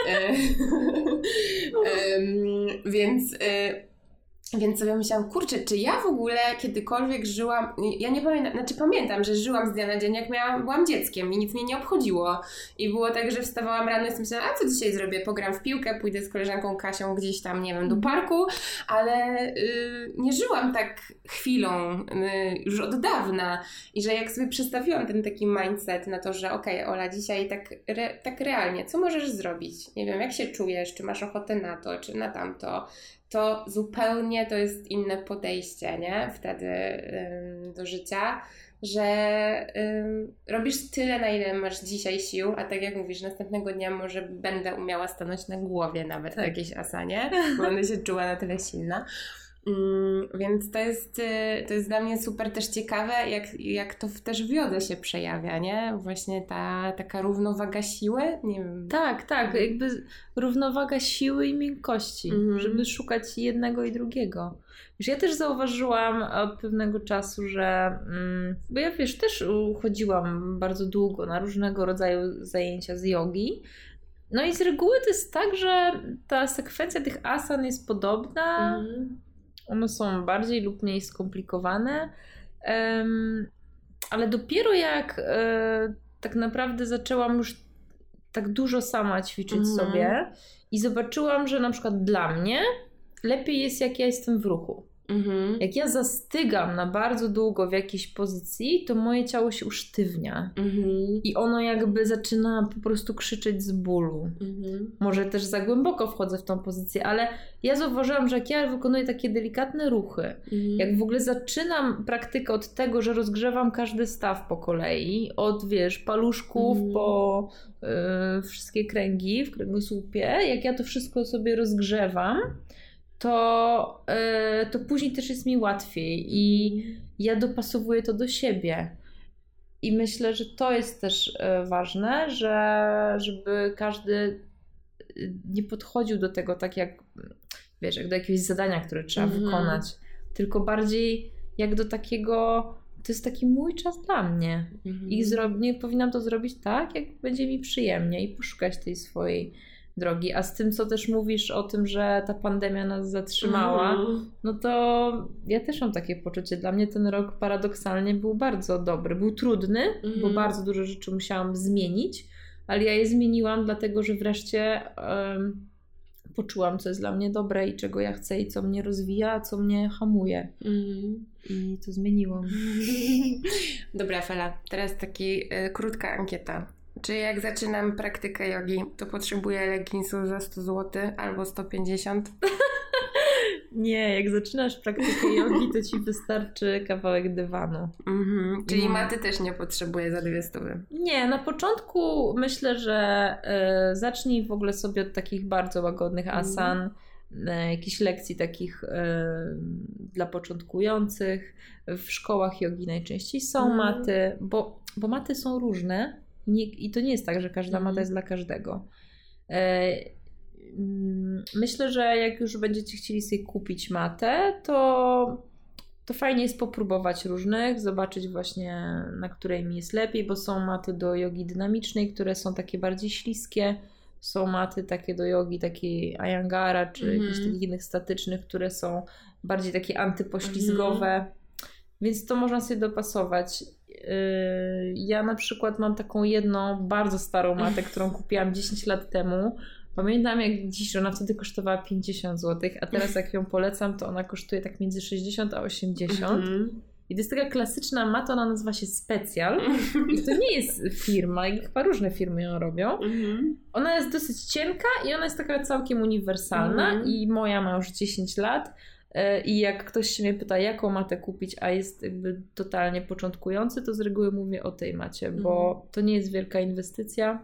Speaker 1: um, więc... Y- Więc sobie myślałam, kurczę, czy ja w ogóle kiedykolwiek żyłam, ja nie pamiętam, znaczy pamiętam, że żyłam z dnia na dzień, jak miałam, byłam dzieckiem i nic mnie nie obchodziło. I było tak, że wstawałam rano i sobie myślałam, a co dzisiaj zrobię? Pogram w piłkę, pójdę z koleżanką Kasią gdzieś tam, nie wiem, do parku, ale y, nie żyłam tak chwilą, y, już od dawna. I że jak sobie przestawiłam ten taki mindset na to, że okej, okay, Ola, dzisiaj tak, re, tak realnie, co możesz zrobić? Nie wiem, jak się czujesz, czy masz ochotę na to, czy na tamto? To zupełnie to jest inne podejście, nie? Wtedy ym, do życia, że ym, robisz tyle, na ile masz dzisiaj sił, a tak jak mówisz, następnego dnia może będę umiała stanąć na głowie nawet tak. w jakiejś asanie, bo będę się czuła na tyle silna. Mm, więc to jest, to jest dla mnie super też ciekawe, jak, jak to też w jodze się przejawia, nie? Właśnie ta taka równowaga siły, nie wiem.
Speaker 2: Tak, tak, jakby równowaga siły i miękkości, mm-hmm. żeby szukać jednego i drugiego. Wiesz, ja też zauważyłam od pewnego czasu, że mm, bo ja wiesz, też chodziłam bardzo długo na różnego rodzaju zajęcia z jogi. No i z reguły to jest tak, że ta sekwencja tych asan jest podobna, mm-hmm. One są bardziej lub mniej skomplikowane, um, ale dopiero jak e, tak naprawdę zaczęłam już tak dużo sama ćwiczyć mm. sobie i zobaczyłam, że na przykład dla mnie lepiej jest, jak ja jestem w ruchu. Mm-hmm. Jak ja zastygam na bardzo długo w jakiejś pozycji, to moje ciało się usztywnia. Mm-hmm. I ono jakby zaczyna po prostu krzyczeć z bólu. Mm-hmm. Może też za głęboko wchodzę w tą pozycję, ale ja zauważyłam, że jak ja wykonuję takie delikatne ruchy, mm-hmm. jak w ogóle zaczynam praktykę od tego, że rozgrzewam każdy staw po kolei, od wiesz, paluszków mm-hmm. po y, wszystkie kręgi w kręgosłupie, jak ja to wszystko sobie rozgrzewam, to, yy, to później też jest mi łatwiej i ja dopasowuję to do siebie. I myślę, że to jest też yy, ważne, że żeby każdy nie podchodził do tego tak jak, wiesz, jak do jakiegoś zadania, które trzeba mm-hmm. wykonać, tylko bardziej jak do takiego, to jest taki mój czas dla mnie. Mm-hmm. I zro- nie powinnam to zrobić tak, jak będzie mi przyjemnie i poszukać tej swojej drogi. A z tym, co też mówisz o tym, że ta pandemia nas zatrzymała, mm. no to ja też mam takie poczucie. Dla mnie ten rok paradoksalnie był bardzo dobry. Był trudny, mm. bo bardzo dużo rzeczy musiałam zmienić, ale ja je zmieniłam dlatego, że wreszcie um, poczułam, co jest dla mnie dobre i czego ja chcę i co mnie rozwija, a co mnie hamuje.
Speaker 1: Mm.
Speaker 2: I to zmieniłam.
Speaker 1: Dobra, Fela, teraz taki y, krótka ankieta. Czy jak zaczynam praktykę jogi, to potrzebuję leginsów za sto złotych albo sto pięćdziesiąt?
Speaker 2: Nie, jak zaczynasz praktykę jogi, to ci wystarczy kawałek dywanu.
Speaker 1: Mm-hmm. Czyli mm. maty też nie potrzebuję za dwie stówy?
Speaker 2: Nie, na początku myślę, że y, zacznij w ogóle sobie od takich bardzo łagodnych asan, mm. y, jakichś lekcji takich y, dla początkujących. W szkołach jogi najczęściej są mm. maty, bo, bo maty są różne nie, i to nie jest tak, że każda mm. mata jest dla każdego. Y, Myślę, że jak już będziecie chcieli sobie kupić matę, to, to fajnie jest popróbować różnych, zobaczyć właśnie, na której mi jest lepiej, bo są maty do jogi dynamicznej, które są takie bardziej śliskie, są maty takie do jogi takiej Iyengara, czy mm-hmm. jakichś takich innych statycznych, które są bardziej takie antypoślizgowe, mm-hmm. więc to można sobie dopasować. Ja na przykład mam taką jedną bardzo starą matę, którą kupiłam dziesięć lat temu. Pamiętam jak dziś, że ona wtedy kosztowała pięćdziesiąt złotych, a teraz jak ją polecam, to ona kosztuje tak między sześćdziesiąt a osiemdziesiąt. Mm-hmm. I to jest taka klasyczna mata, ona nazywa się Special. I to nie jest firma, i chyba różne firmy ją robią. Mm-hmm. Ona jest dosyć cienka i ona jest taka całkiem uniwersalna mm-hmm. i moja ma już dziesięć lat. I jak ktoś się mnie pyta, jaką matę kupić, a jest jakby totalnie początkujący, to z reguły mówię o tej macie, mm-hmm. bo to nie jest wielka inwestycja.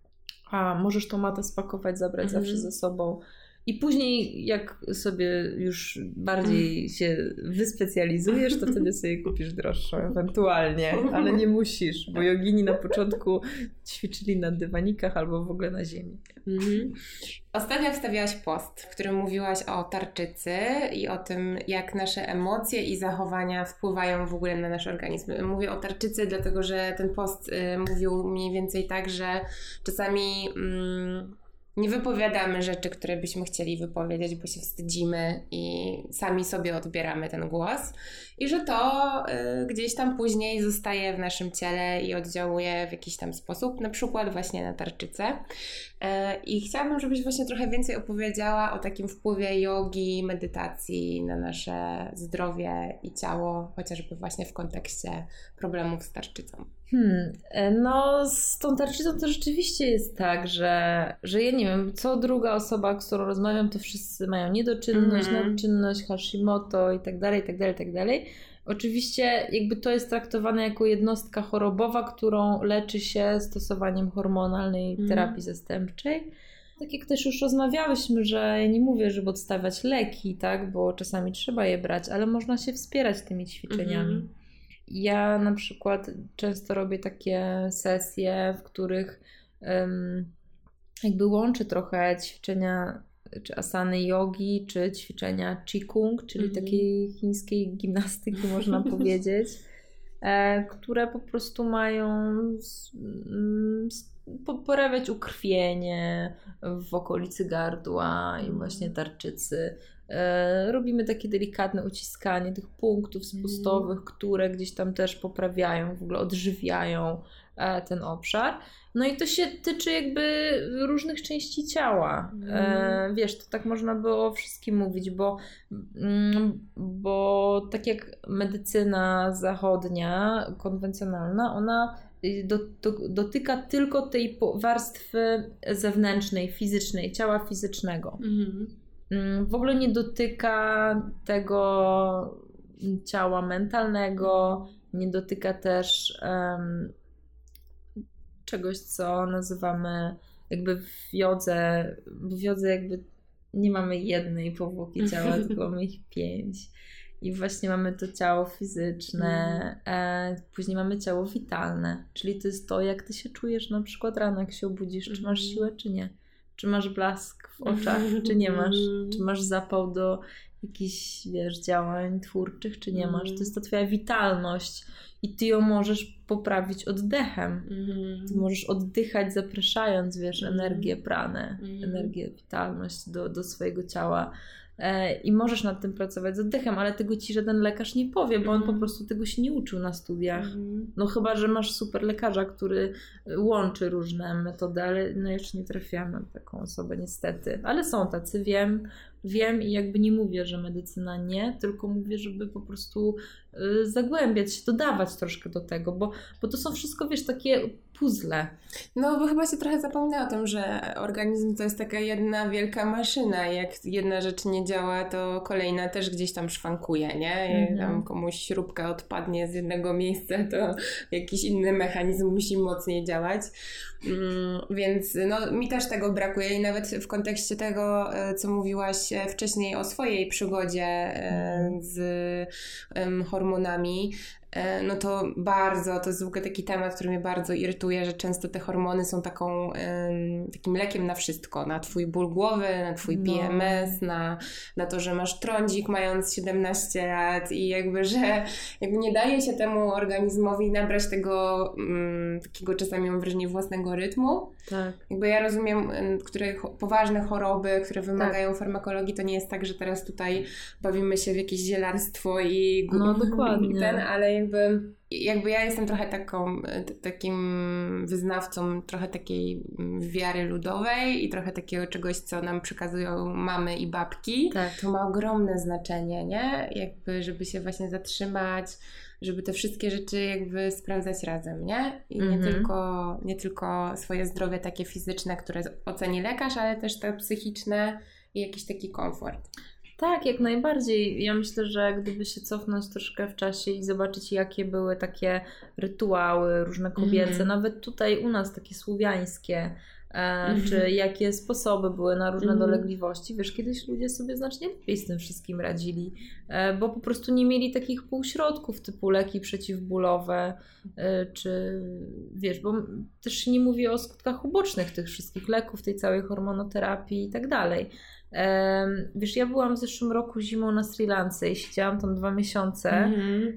Speaker 2: A możesz tą matę spakować, zabrać mhm. zawsze ze sobą. I później jak sobie już bardziej się wyspecjalizujesz, to wtedy sobie kupisz droższą ewentualnie, ale nie musisz, bo jogini na początku ćwiczyli na dywanikach albo w ogóle na ziemi.
Speaker 1: Mhm. Ostatnio wstawiałaś post, w którym mówiłaś o tarczycy i o tym, jak nasze emocje i zachowania wpływają w ogóle na nasz organizm. Mówię o tarczycy, dlatego że ten post y, mówił mniej więcej tak, że czasami mm, nie wypowiadamy rzeczy, które byśmy chcieli wypowiedzieć, bo się wstydzimy i sami sobie odbieramy ten głos i że to y, gdzieś tam później zostaje w naszym ciele i oddziałuje w jakiś tam sposób, na przykład właśnie na tarczycę. Y, I chciałabym, żebyś właśnie trochę więcej opowiedziała o takim wpływie jogi, medytacji na nasze zdrowie i ciało, chociażby właśnie w kontekście problemów z tarczycą.
Speaker 2: Hmm, no z tą tarczycą to rzeczywiście jest tak, że, że ja nie wiem, co druga osoba, z którą rozmawiam, to wszyscy mają niedoczynność, mm-hmm. nadczynność, Hashimoto i tak dalej, i tak dalej, i tak dalej. Oczywiście jakby to jest traktowane jako jednostka chorobowa, którą leczy się stosowaniem hormonalnej mm. terapii zastępczej. Tak jak też już rozmawiałyśmy, że ja nie mówię, żeby odstawiać leki, tak, bo czasami trzeba je brać, ale można się wspierać tymi ćwiczeniami. Mm. Ja na przykład często robię takie sesje, w których um, jakby łączę trochę ćwiczenia czy asany jogi, czy ćwiczenia qigong, czyli mm-hmm. takiej chińskiej gimnastyki można powiedzieć, e, które po prostu mają s, s, poprawiać ukrwienie w okolicy gardła i właśnie tarczycy. E, robimy takie delikatne uciskanie tych punktów spustowych, mm. które gdzieś tam też poprawiają, w ogóle odżywiają e, ten obszar. No i to się tyczy jakby różnych części ciała. Mm. E, wiesz, to tak można było o wszystkim mówić, bo, mm, bo tak jak medycyna zachodnia, konwencjonalna, ona do, do, dotyka tylko tej warstwy zewnętrznej, fizycznej, ciała fizycznego. Mm. W ogóle nie dotyka tego ciała mentalnego, nie dotyka też um, czegoś, co nazywamy jakby w jodze, w jodze jakby nie mamy jednej powłoki ciała, tylko mamy ich pięć. I właśnie mamy to ciało fizyczne, mm. e, później mamy ciało witalne, czyli to jest to, jak ty się czujesz na przykład rano, jak się obudzisz, mm. czy masz siłę, czy nie. Czy masz blask w oczach, czy nie masz? Czy masz zapał do jakichś, wiesz, działań twórczych, czy nie masz? To jest ta twoja witalność i ty ją możesz poprawić oddechem. Ty możesz oddychać zapraszając, wiesz, energię pranę, energię, witalność do, do swojego ciała. e, i możesz nad tym pracować z oddechem, ale tego ci żaden lekarz nie powie, bo on po prostu tego się nie uczył na studiach. No chyba, że masz super lekarza, który łączy różne metody, ale no jeszcze nie trafiłam na taką osobę niestety. Ale są tacy, wiem, wiem i jakby nie mówię, że medycyna nie, tylko mówię, żeby po prostu y, zagłębiać się, dodawać troszkę do tego, bo, bo to są wszystko, wiesz, takie puzzle.
Speaker 1: No bo chyba się trochę zapomina o tym, że organizm to jest taka jedna wielka maszyna. Jak jedna rzecz nie działa, to kolejna też gdzieś tam szwankuje, nie? Jak tam komuś śrubka odpadnie z jednego miejsca, to jakiś inny mechanizm musi mocniej działać. Mm, więc no, mi też tego brakuje i nawet w kontekście tego, co mówiłaś wcześniej o swojej przygodzie z um, hormonami, no to bardzo, to jest w ogóle taki temat, który mnie bardzo irytuje, że często te hormony są taką, um, takim lekiem na wszystko, na twój ból głowy, na twój P M S, no. na, na to, że masz trądzik mając siedemnaście lat i jakby, że jakby nie daje się temu organizmowi nabrać tego um, takiego czasami mam wrażenie własnego rytmu.
Speaker 2: Tak.
Speaker 1: Jakby ja rozumiem, um, które cho- poważne choroby, które wymagają tak. farmakologii, to nie jest tak, że teraz tutaj bawimy się w jakieś zielarstwo i
Speaker 2: no, dokładnie.
Speaker 1: ten, ale jakby, jakby ja jestem trochę taką, t- takim wyznawcą trochę takiej wiary ludowej i trochę takiego czegoś, co nam przekazują mamy i babki.
Speaker 2: Tak.
Speaker 1: To ma ogromne znaczenie, nie? Jakby, żeby się właśnie zatrzymać, żeby te wszystkie rzeczy jakby sprawdzać razem, nie? I nie, mm-hmm. tylko, nie tylko swoje zdrowie takie fizyczne, które oceni lekarz, ale też te psychiczne i jakiś taki komfort.
Speaker 2: Tak, jak najbardziej. Ja myślę, że gdyby się cofnąć troszkę w czasie i zobaczyć, jakie były takie rytuały różne kobiece, mm. nawet tutaj u nas takie słowiańskie, e, mm. czy jakie sposoby były na różne mm. dolegliwości. Wiesz, kiedyś ludzie sobie znacznie lepiej z tym wszystkim radzili, e, bo po prostu nie mieli takich półśrodków typu leki przeciwbólowe, e, czy wiesz, bo też się nie mówi o skutkach ubocznych tych wszystkich leków, tej całej hormonoterapii i tak dalej. Um, wiesz, ja byłam w zeszłym roku zimą na Sri Lance i siedziałam tam dwa miesiące mm-hmm.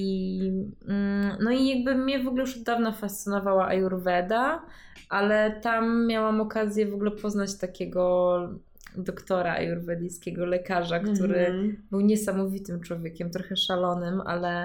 Speaker 2: i mm, no i jakby mnie w ogóle już od dawna fascynowała Ayurveda, ale tam miałam okazję w ogóle poznać takiego doktora ajurwedyjskiego, lekarza, który mm-hmm. był niesamowitym człowiekiem, trochę szalonym, ale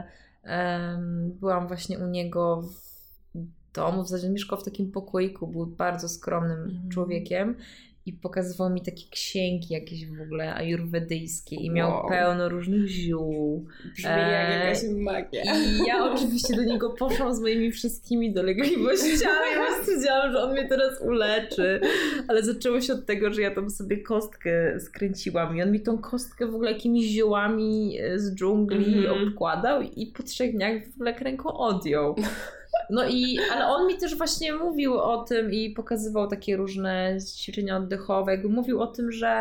Speaker 2: um, byłam właśnie u niego w domu, w zasadzie mieszkał w takim pokoiku, był bardzo skromnym mm-hmm. człowiekiem. I pokazywał mi takie księgi jakieś w ogóle ajurwedyjskie i miał wow. pełno różnych ziół.
Speaker 1: Brzmi e, jak jakaś magia.
Speaker 2: I ja oczywiście do niego poszłam z moimi wszystkimi dolegliwościami. Ja stwierdziłam, że on mnie teraz uleczy. Ale zaczęło się od tego, że ja tam sobie kostkę skręciłam i on mi tą kostkę w ogóle jakimiś ziołami z dżungli mm-hmm. obkładał i po trzech dniach w ogóle ręką odjął. No i, ale on mi też właśnie mówił o tym i pokazywał takie różne ćwiczenia oddechowe, jakby mówił o tym, że,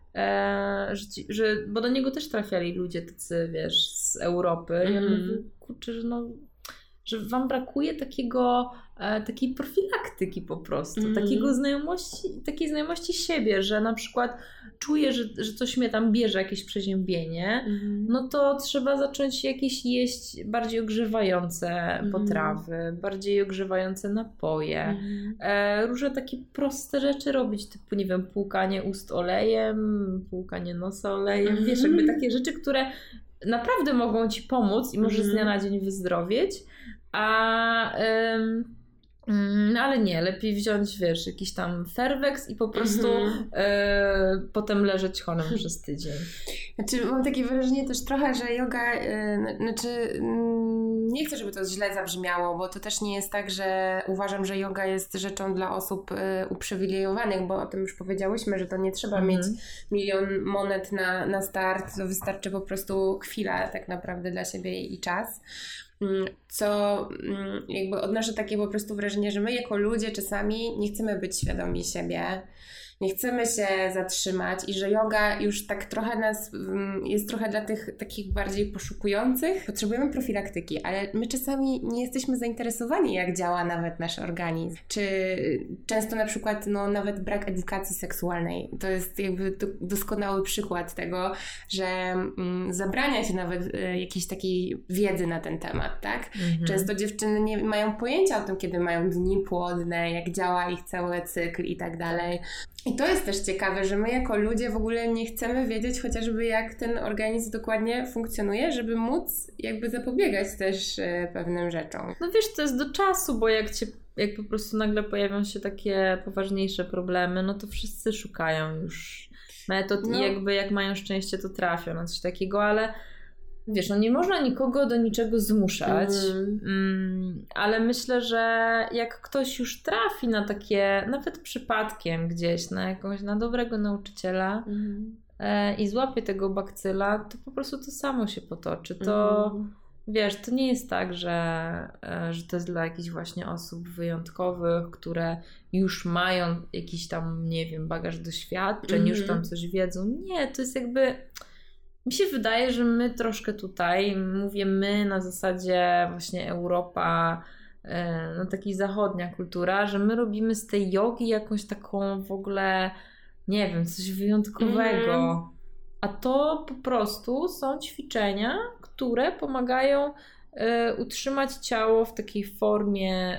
Speaker 2: e, że, że bo do niego też trafiali ludzie tacy, wiesz, z Europy mm. i on mówił, kurczę, że no, że wam brakuje takiego, e, takiej profilaktyki po prostu, mm. takiego znajomości, takiej znajomości siebie, że na przykład czuję, że, że coś mnie tam bierze, jakieś przeziębienie, mm. no to trzeba zacząć jakieś jeść bardziej ogrzewające mm. potrawy, bardziej ogrzewające napoje, mm. e, różne takie proste rzeczy robić, typu nie wiem, płukanie ust olejem, płukanie nosa olejem, mm. wiesz, jakby takie rzeczy, które naprawdę mogą ci pomóc i możesz mm. z dnia na dzień wyzdrowieć, a ym, no ale nie, lepiej wziąć, wiesz, jakiś tam Fervex i po prostu mm-hmm. y, potem leżeć chorym przez tydzień.
Speaker 1: Znaczy mam takie wrażenie też trochę, że yoga, y, znaczy y, nie chcę, żeby to źle zabrzmiało, bo to też nie jest tak, że uważam, że yoga jest rzeczą dla osób y, uprzywilejowanych, bo o tym już powiedziałyśmy, że to nie trzeba mm-hmm. mieć milion monet na, na start, to wystarczy po prostu chwila tak naprawdę dla siebie i czas. Co jakby odnoszę takie po prostu wrażenie, że my jako ludzie czasami nie chcemy być świadomi siebie, nie chcemy się zatrzymać i że yoga już tak trochę nas, jest trochę dla tych takich bardziej poszukujących. Potrzebujemy profilaktyki, ale my czasami nie jesteśmy zainteresowani, jak działa nawet nasz organizm. Czy często na przykład no, nawet brak edukacji seksualnej. To jest jakby doskonały przykład tego, że mm, zabrania się nawet y, jakiejś takiej wiedzy na ten temat, tak? Mhm. Często dziewczyny nie mają pojęcia o tym, kiedy mają dni płodne, jak działa ich cały cykl i tak dalej. I to jest też ciekawe, że my jako ludzie w ogóle nie chcemy wiedzieć chociażby jak ten organizm dokładnie funkcjonuje, żeby móc jakby zapobiegać też e, pewnym rzeczom.
Speaker 2: No wiesz, to jest do czasu, bo jak cię, jak po prostu nagle pojawią się takie poważniejsze problemy, no to wszyscy szukają już metod no. i jakby jak mają szczęście, to trafią na coś takiego, ale wiesz, no nie można nikogo do niczego zmuszać, mm. Mm, ale myślę, że jak ktoś już trafi na takie, nawet przypadkiem gdzieś, na jakąś, na dobrego nauczyciela mm. e, i złapie tego bakcyla, to po prostu to samo się potoczy. To mm. wiesz, to nie jest tak, że, e, że to jest dla jakichś właśnie osób wyjątkowych, które już mają jakiś tam, nie wiem, bagaż doświadczeń, mm. już tam coś wiedzą. Nie, to jest jakby... Mi się wydaje, że my troszkę tutaj, mówię my na zasadzie właśnie Europa, no taki zachodnia kultura, że my robimy z tej jogi jakąś taką w ogóle, nie wiem, coś wyjątkowego. Mm. A to po prostu są ćwiczenia, które pomagają y, utrzymać ciało w takiej formie, y,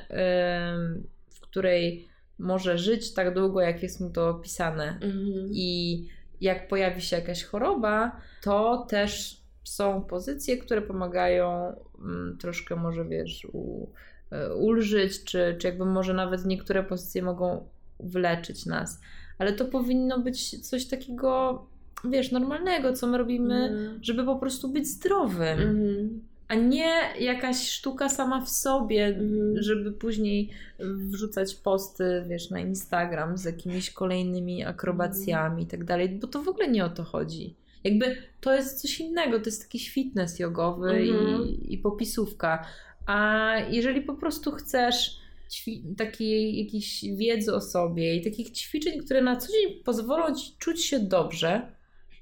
Speaker 2: w której może żyć tak długo, jak jest mu to opisane. Mm. I jak pojawi się jakaś choroba, to też są pozycje, które pomagają um, troszkę może, wiesz, u, ulżyć, czy, czy jakby może nawet niektóre pozycje mogą wyleczyć nas. Ale to powinno być coś takiego, wiesz, normalnego, co my robimy, mm. żeby po prostu być zdrowym. Mm. A nie jakaś sztuka sama w sobie, mm. żeby później wrzucać posty, wiesz, na Instagram z jakimiś kolejnymi akrobacjami mm. i tak dalej, bo to w ogóle nie o to chodzi. Jakby to jest coś innego, to jest taki fitness jogowy mm. i, i popisówka. A jeżeli po prostu chcesz ćwi- takiej jakiejś wiedzy o sobie i takich ćwiczeń, które na co dzień pozwolą ci czuć się dobrze,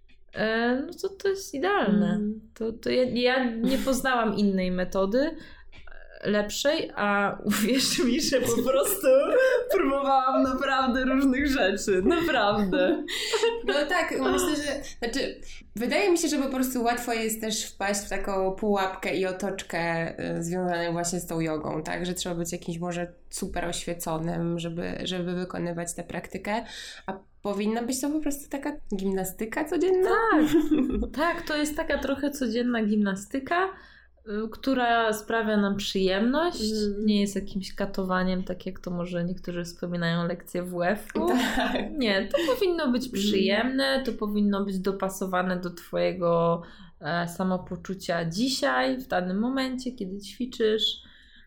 Speaker 2: no to to jest idealne. Mm. To, to ja, ja nie poznałam innej metody lepszej, a uwierz mi, że po prostu próbowałam naprawdę różnych rzeczy. Naprawdę.
Speaker 1: No tak, myślę, że znaczy, wydaje mi się, że po prostu łatwo jest też wpaść w taką pułapkę i otoczkę związaną właśnie z tą jogą, tak? Że trzeba być jakimś może super oświeconym, żeby, żeby wykonywać tę praktykę, a powinna być to po prostu taka gimnastyka codzienna?
Speaker 2: Tak, tak, to jest taka trochę codzienna gimnastyka, która sprawia nam przyjemność, mm. nie jest jakimś katowaniem, tak jak to może niektórzy wspominają lekcje W F-u.
Speaker 1: Tak.
Speaker 2: Nie, to powinno być przyjemne, to powinno być dopasowane do twojego e, samopoczucia dzisiaj, w danym momencie, kiedy ćwiczysz.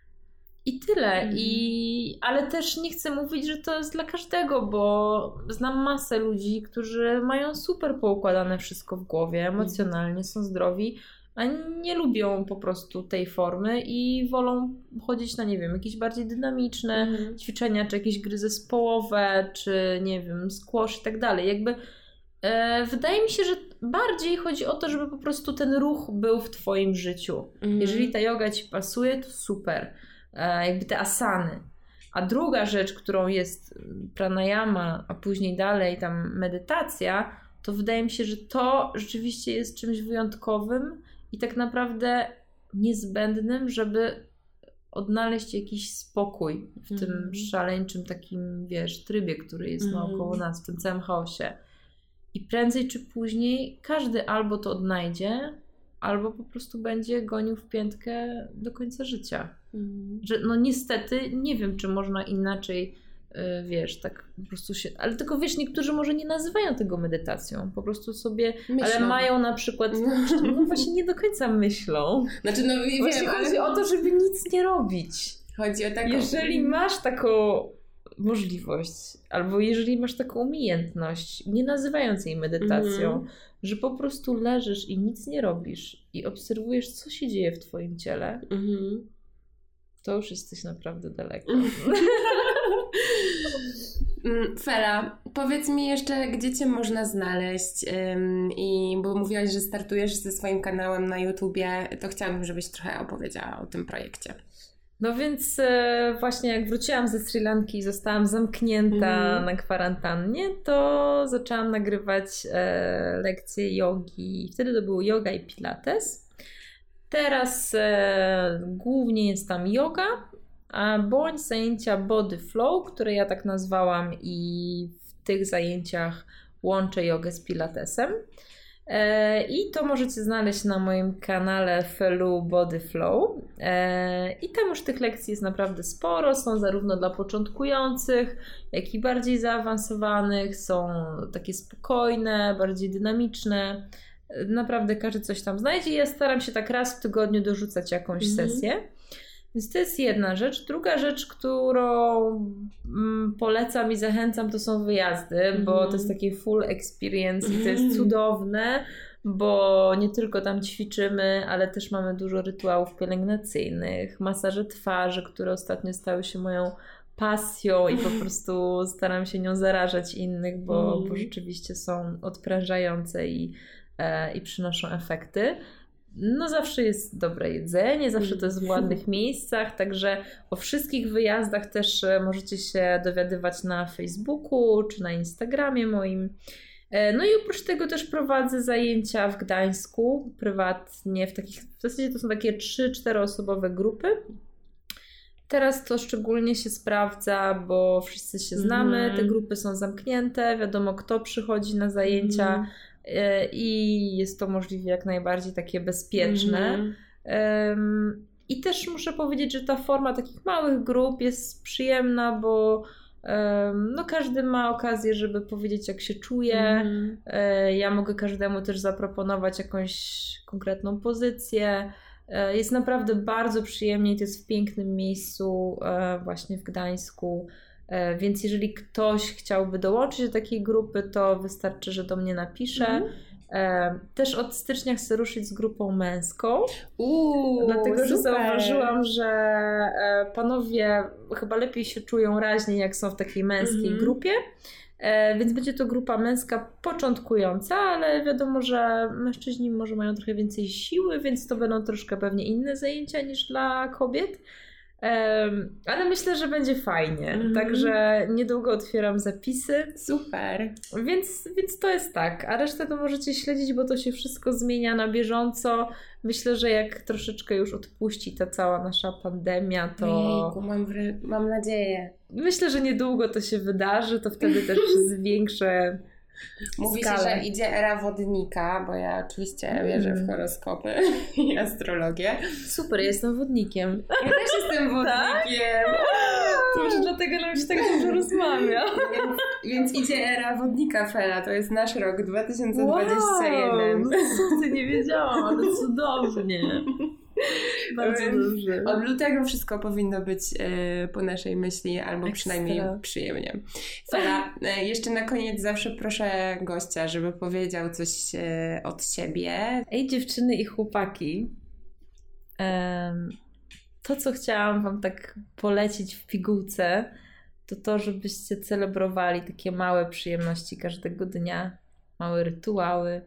Speaker 2: I tyle. Mm. I, ale też nie chcę mówić, że to jest dla każdego, bo znam masę ludzi, którzy mają super poukładane wszystko w głowie, emocjonalnie są zdrowi, a nie lubią po prostu tej formy i wolą chodzić na, nie wiem, jakieś bardziej dynamiczne mm. ćwiczenia, czy jakieś gry zespołowe, czy nie wiem, squash i tak dalej. Jakby e, wydaje mi się, że bardziej chodzi o to, żeby po prostu ten ruch był w twoim życiu. Mm. Jeżeli ta joga ci pasuje, to super. E, jakby te asany. A druga rzecz, którą jest pranayama, a później dalej tam medytacja, to wydaje mi się, że to rzeczywiście jest czymś wyjątkowym i tak naprawdę niezbędnym, żeby odnaleźć jakiś spokój w mm. tym szaleńczym takim, wiesz, trybie, który jest mm. naokoło nas, w tym całym chaosie. I prędzej czy później każdy albo to odnajdzie, albo po prostu będzie gonił w piętkę do końca życia. Mm. Że no niestety nie wiem, czy można inaczej, yy, wiesz, tak po prostu się... Ale tylko wiesz, niektórzy może nie nazywają tego medytacją. Po prostu sobie... Myślą. Ale mają na przykład... No właśnie nie do końca myślą.
Speaker 1: Znaczy no wiem,
Speaker 2: właśnie
Speaker 1: ale...
Speaker 2: chodzi o to, żeby nic nie robić.
Speaker 1: Chodzi o taką...
Speaker 2: Jeżeli masz taką możliwość, albo jeżeli masz taką umiejętność, nie nazywając jej medytacją, mm. że po prostu leżysz i nic nie robisz i obserwujesz, co się dzieje w twoim ciele, mm. to już jesteś naprawdę daleko.
Speaker 1: Fela, powiedz mi jeszcze, gdzie cię można znaleźć, ym, i bo mówiłaś, że startujesz ze swoim kanałem na YouTubie, to chciałabym, żebyś trochę opowiedziała o tym projekcie.
Speaker 2: No więc e, właśnie jak wróciłam ze Sri Lanki i zostałam zamknięta mm. na kwarantannie, to zaczęłam nagrywać e, lekcje jogi. Wtedy to był yoga i pilates. Teraz e, głównie jest tam yoga, a bądź zajęcia body flow, które ja tak nazwałam, i w tych zajęciach łączę jogę z pilatesem. I to możecie znaleźć na moim kanale Felu Body Flow. I tam już tych lekcji jest naprawdę sporo. Są zarówno dla początkujących, jak i bardziej zaawansowanych. Są takie spokojne, bardziej dynamiczne. Naprawdę każdy coś tam znajdzie. Ja staram się tak raz w tygodniu dorzucać jakąś mhm. sesję. Więc to jest jedna rzecz. Druga rzecz, którą mm, polecam i zachęcam, to są wyjazdy, mm. bo to jest taki full experience mm. i to jest cudowne, bo nie tylko tam ćwiczymy, ale też mamy dużo rytuałów pielęgnacyjnych, masaże twarzy, które ostatnio stały się moją pasją i po prostu staram się nią zarażać innych, bo, mm. bo rzeczywiście są odprężające i, e, i przynoszą efekty. No zawsze jest dobre jedzenie, zawsze to jest w ładnych miejscach, także o wszystkich wyjazdach też możecie się dowiadywać na Facebooku czy na Instagramie moim. No i oprócz tego też prowadzę zajęcia w Gdańsku prywatnie, w takich, w zasadzie to są takie trzy cztery osobowe grupy. Teraz to szczególnie się sprawdza, bo wszyscy się znamy, mm. te grupy są zamknięte, wiadomo kto przychodzi na zajęcia, mm. i jest to możliwie jak najbardziej takie bezpieczne. Mm. I też muszę powiedzieć, że ta forma takich małych grup jest przyjemna, bo no każdy ma okazję, żeby powiedzieć jak się czuje. Mm. Ja mogę każdemu też zaproponować jakąś konkretną pozycję. Jest naprawdę bardzo przyjemnie i to jest w pięknym miejscu właśnie w Gdańsku. Więc jeżeli ktoś chciałby dołączyć do takiej grupy, to wystarczy, że do mnie napisze. Mm. Też od stycznia chcę ruszyć z grupą męską.
Speaker 1: Uuu,
Speaker 2: dlatego,
Speaker 1: super.
Speaker 2: że zauważyłam, że panowie chyba lepiej się czują raźniej, jak są w takiej męskiej mm. grupie. Więc będzie to grupa męska początkująca, ale wiadomo, że mężczyźni może mają trochę więcej siły, więc to będą troszkę pewnie inne zajęcia niż dla kobiet. Um, ale myślę, że będzie fajnie, mm. także niedługo otwieram zapisy.
Speaker 1: Super.
Speaker 2: Więc, więc to jest tak, a resztę to możecie śledzić, bo to się wszystko zmienia na bieżąco. Myślę, że jak troszeczkę już odpuści ta cała nasza pandemia, to...
Speaker 1: Jejku, mam, mam nadzieję.
Speaker 2: Myślę, że niedługo to się wydarzy, to wtedy też zwiększę
Speaker 1: Mówi
Speaker 2: skalę.
Speaker 1: się, że idzie era wodnika, bo ja oczywiście mm. wierzę w horoskopy i astrologię.
Speaker 2: Super, jestem wodnikiem.
Speaker 1: Ja też jestem wodnikiem.
Speaker 2: To może dlatego nam się tak dużo rozmawia.
Speaker 1: Więc, więc idzie era wodnika, Fela. To jest nasz rok dwa tysiące dwudziesty jeden.
Speaker 2: Wow, co ty, nie wiedziałam, ale cudownie. Bardzo dobrze.
Speaker 1: Od lutego wszystko powinno być y, po naszej myśli, albo Ekstra. Przynajmniej przyjemnie. Fela, y, jeszcze na koniec zawsze proszę gościa, żeby powiedział coś y, od siebie.
Speaker 2: Ej dziewczyny i chłopaki, um, to co chciałam wam tak polecić w pigułce, to to, żebyście celebrowali takie małe przyjemności każdego dnia, małe rytuały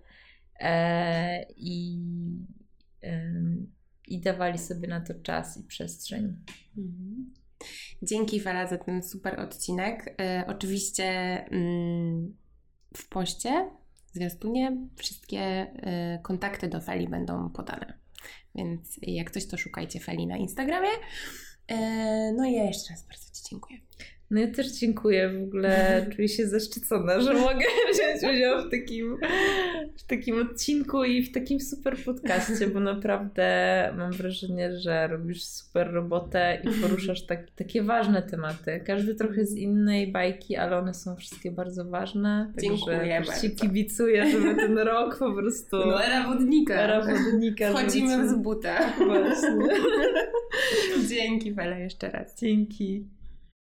Speaker 2: e, i e, i dawali sobie na to czas i przestrzeń.
Speaker 1: Mhm. Dzięki Fela za ten super odcinek. E, oczywiście mm, w poście, w zwiastunie wszystkie e, kontakty do Feli będą podane. Więc jak coś, to szukajcie Feli na Instagramie. E, no i ja jeszcze raz bardzo Ci dziękuję.
Speaker 2: No ja też dziękuję, w ogóle czuję się zaszczycona, że mogę wziąć udział w takim, w takim odcinku i w takim super podcaście, bo naprawdę mam wrażenie, że robisz super robotę i poruszasz tak, takie ważne tematy. Każdy trochę z innej bajki, ale one są wszystkie bardzo ważne.
Speaker 1: Dziękuję
Speaker 2: bardzo.
Speaker 1: bardzo.
Speaker 2: Ci kibicuję, żeby ten rok po prostu...
Speaker 1: No era wodnika.
Speaker 2: Era wodnika.
Speaker 1: Wchodzimy
Speaker 2: żeby...
Speaker 1: z buta.
Speaker 2: Właśnie.
Speaker 1: Dzięki Fela jeszcze raz.
Speaker 2: Dzięki.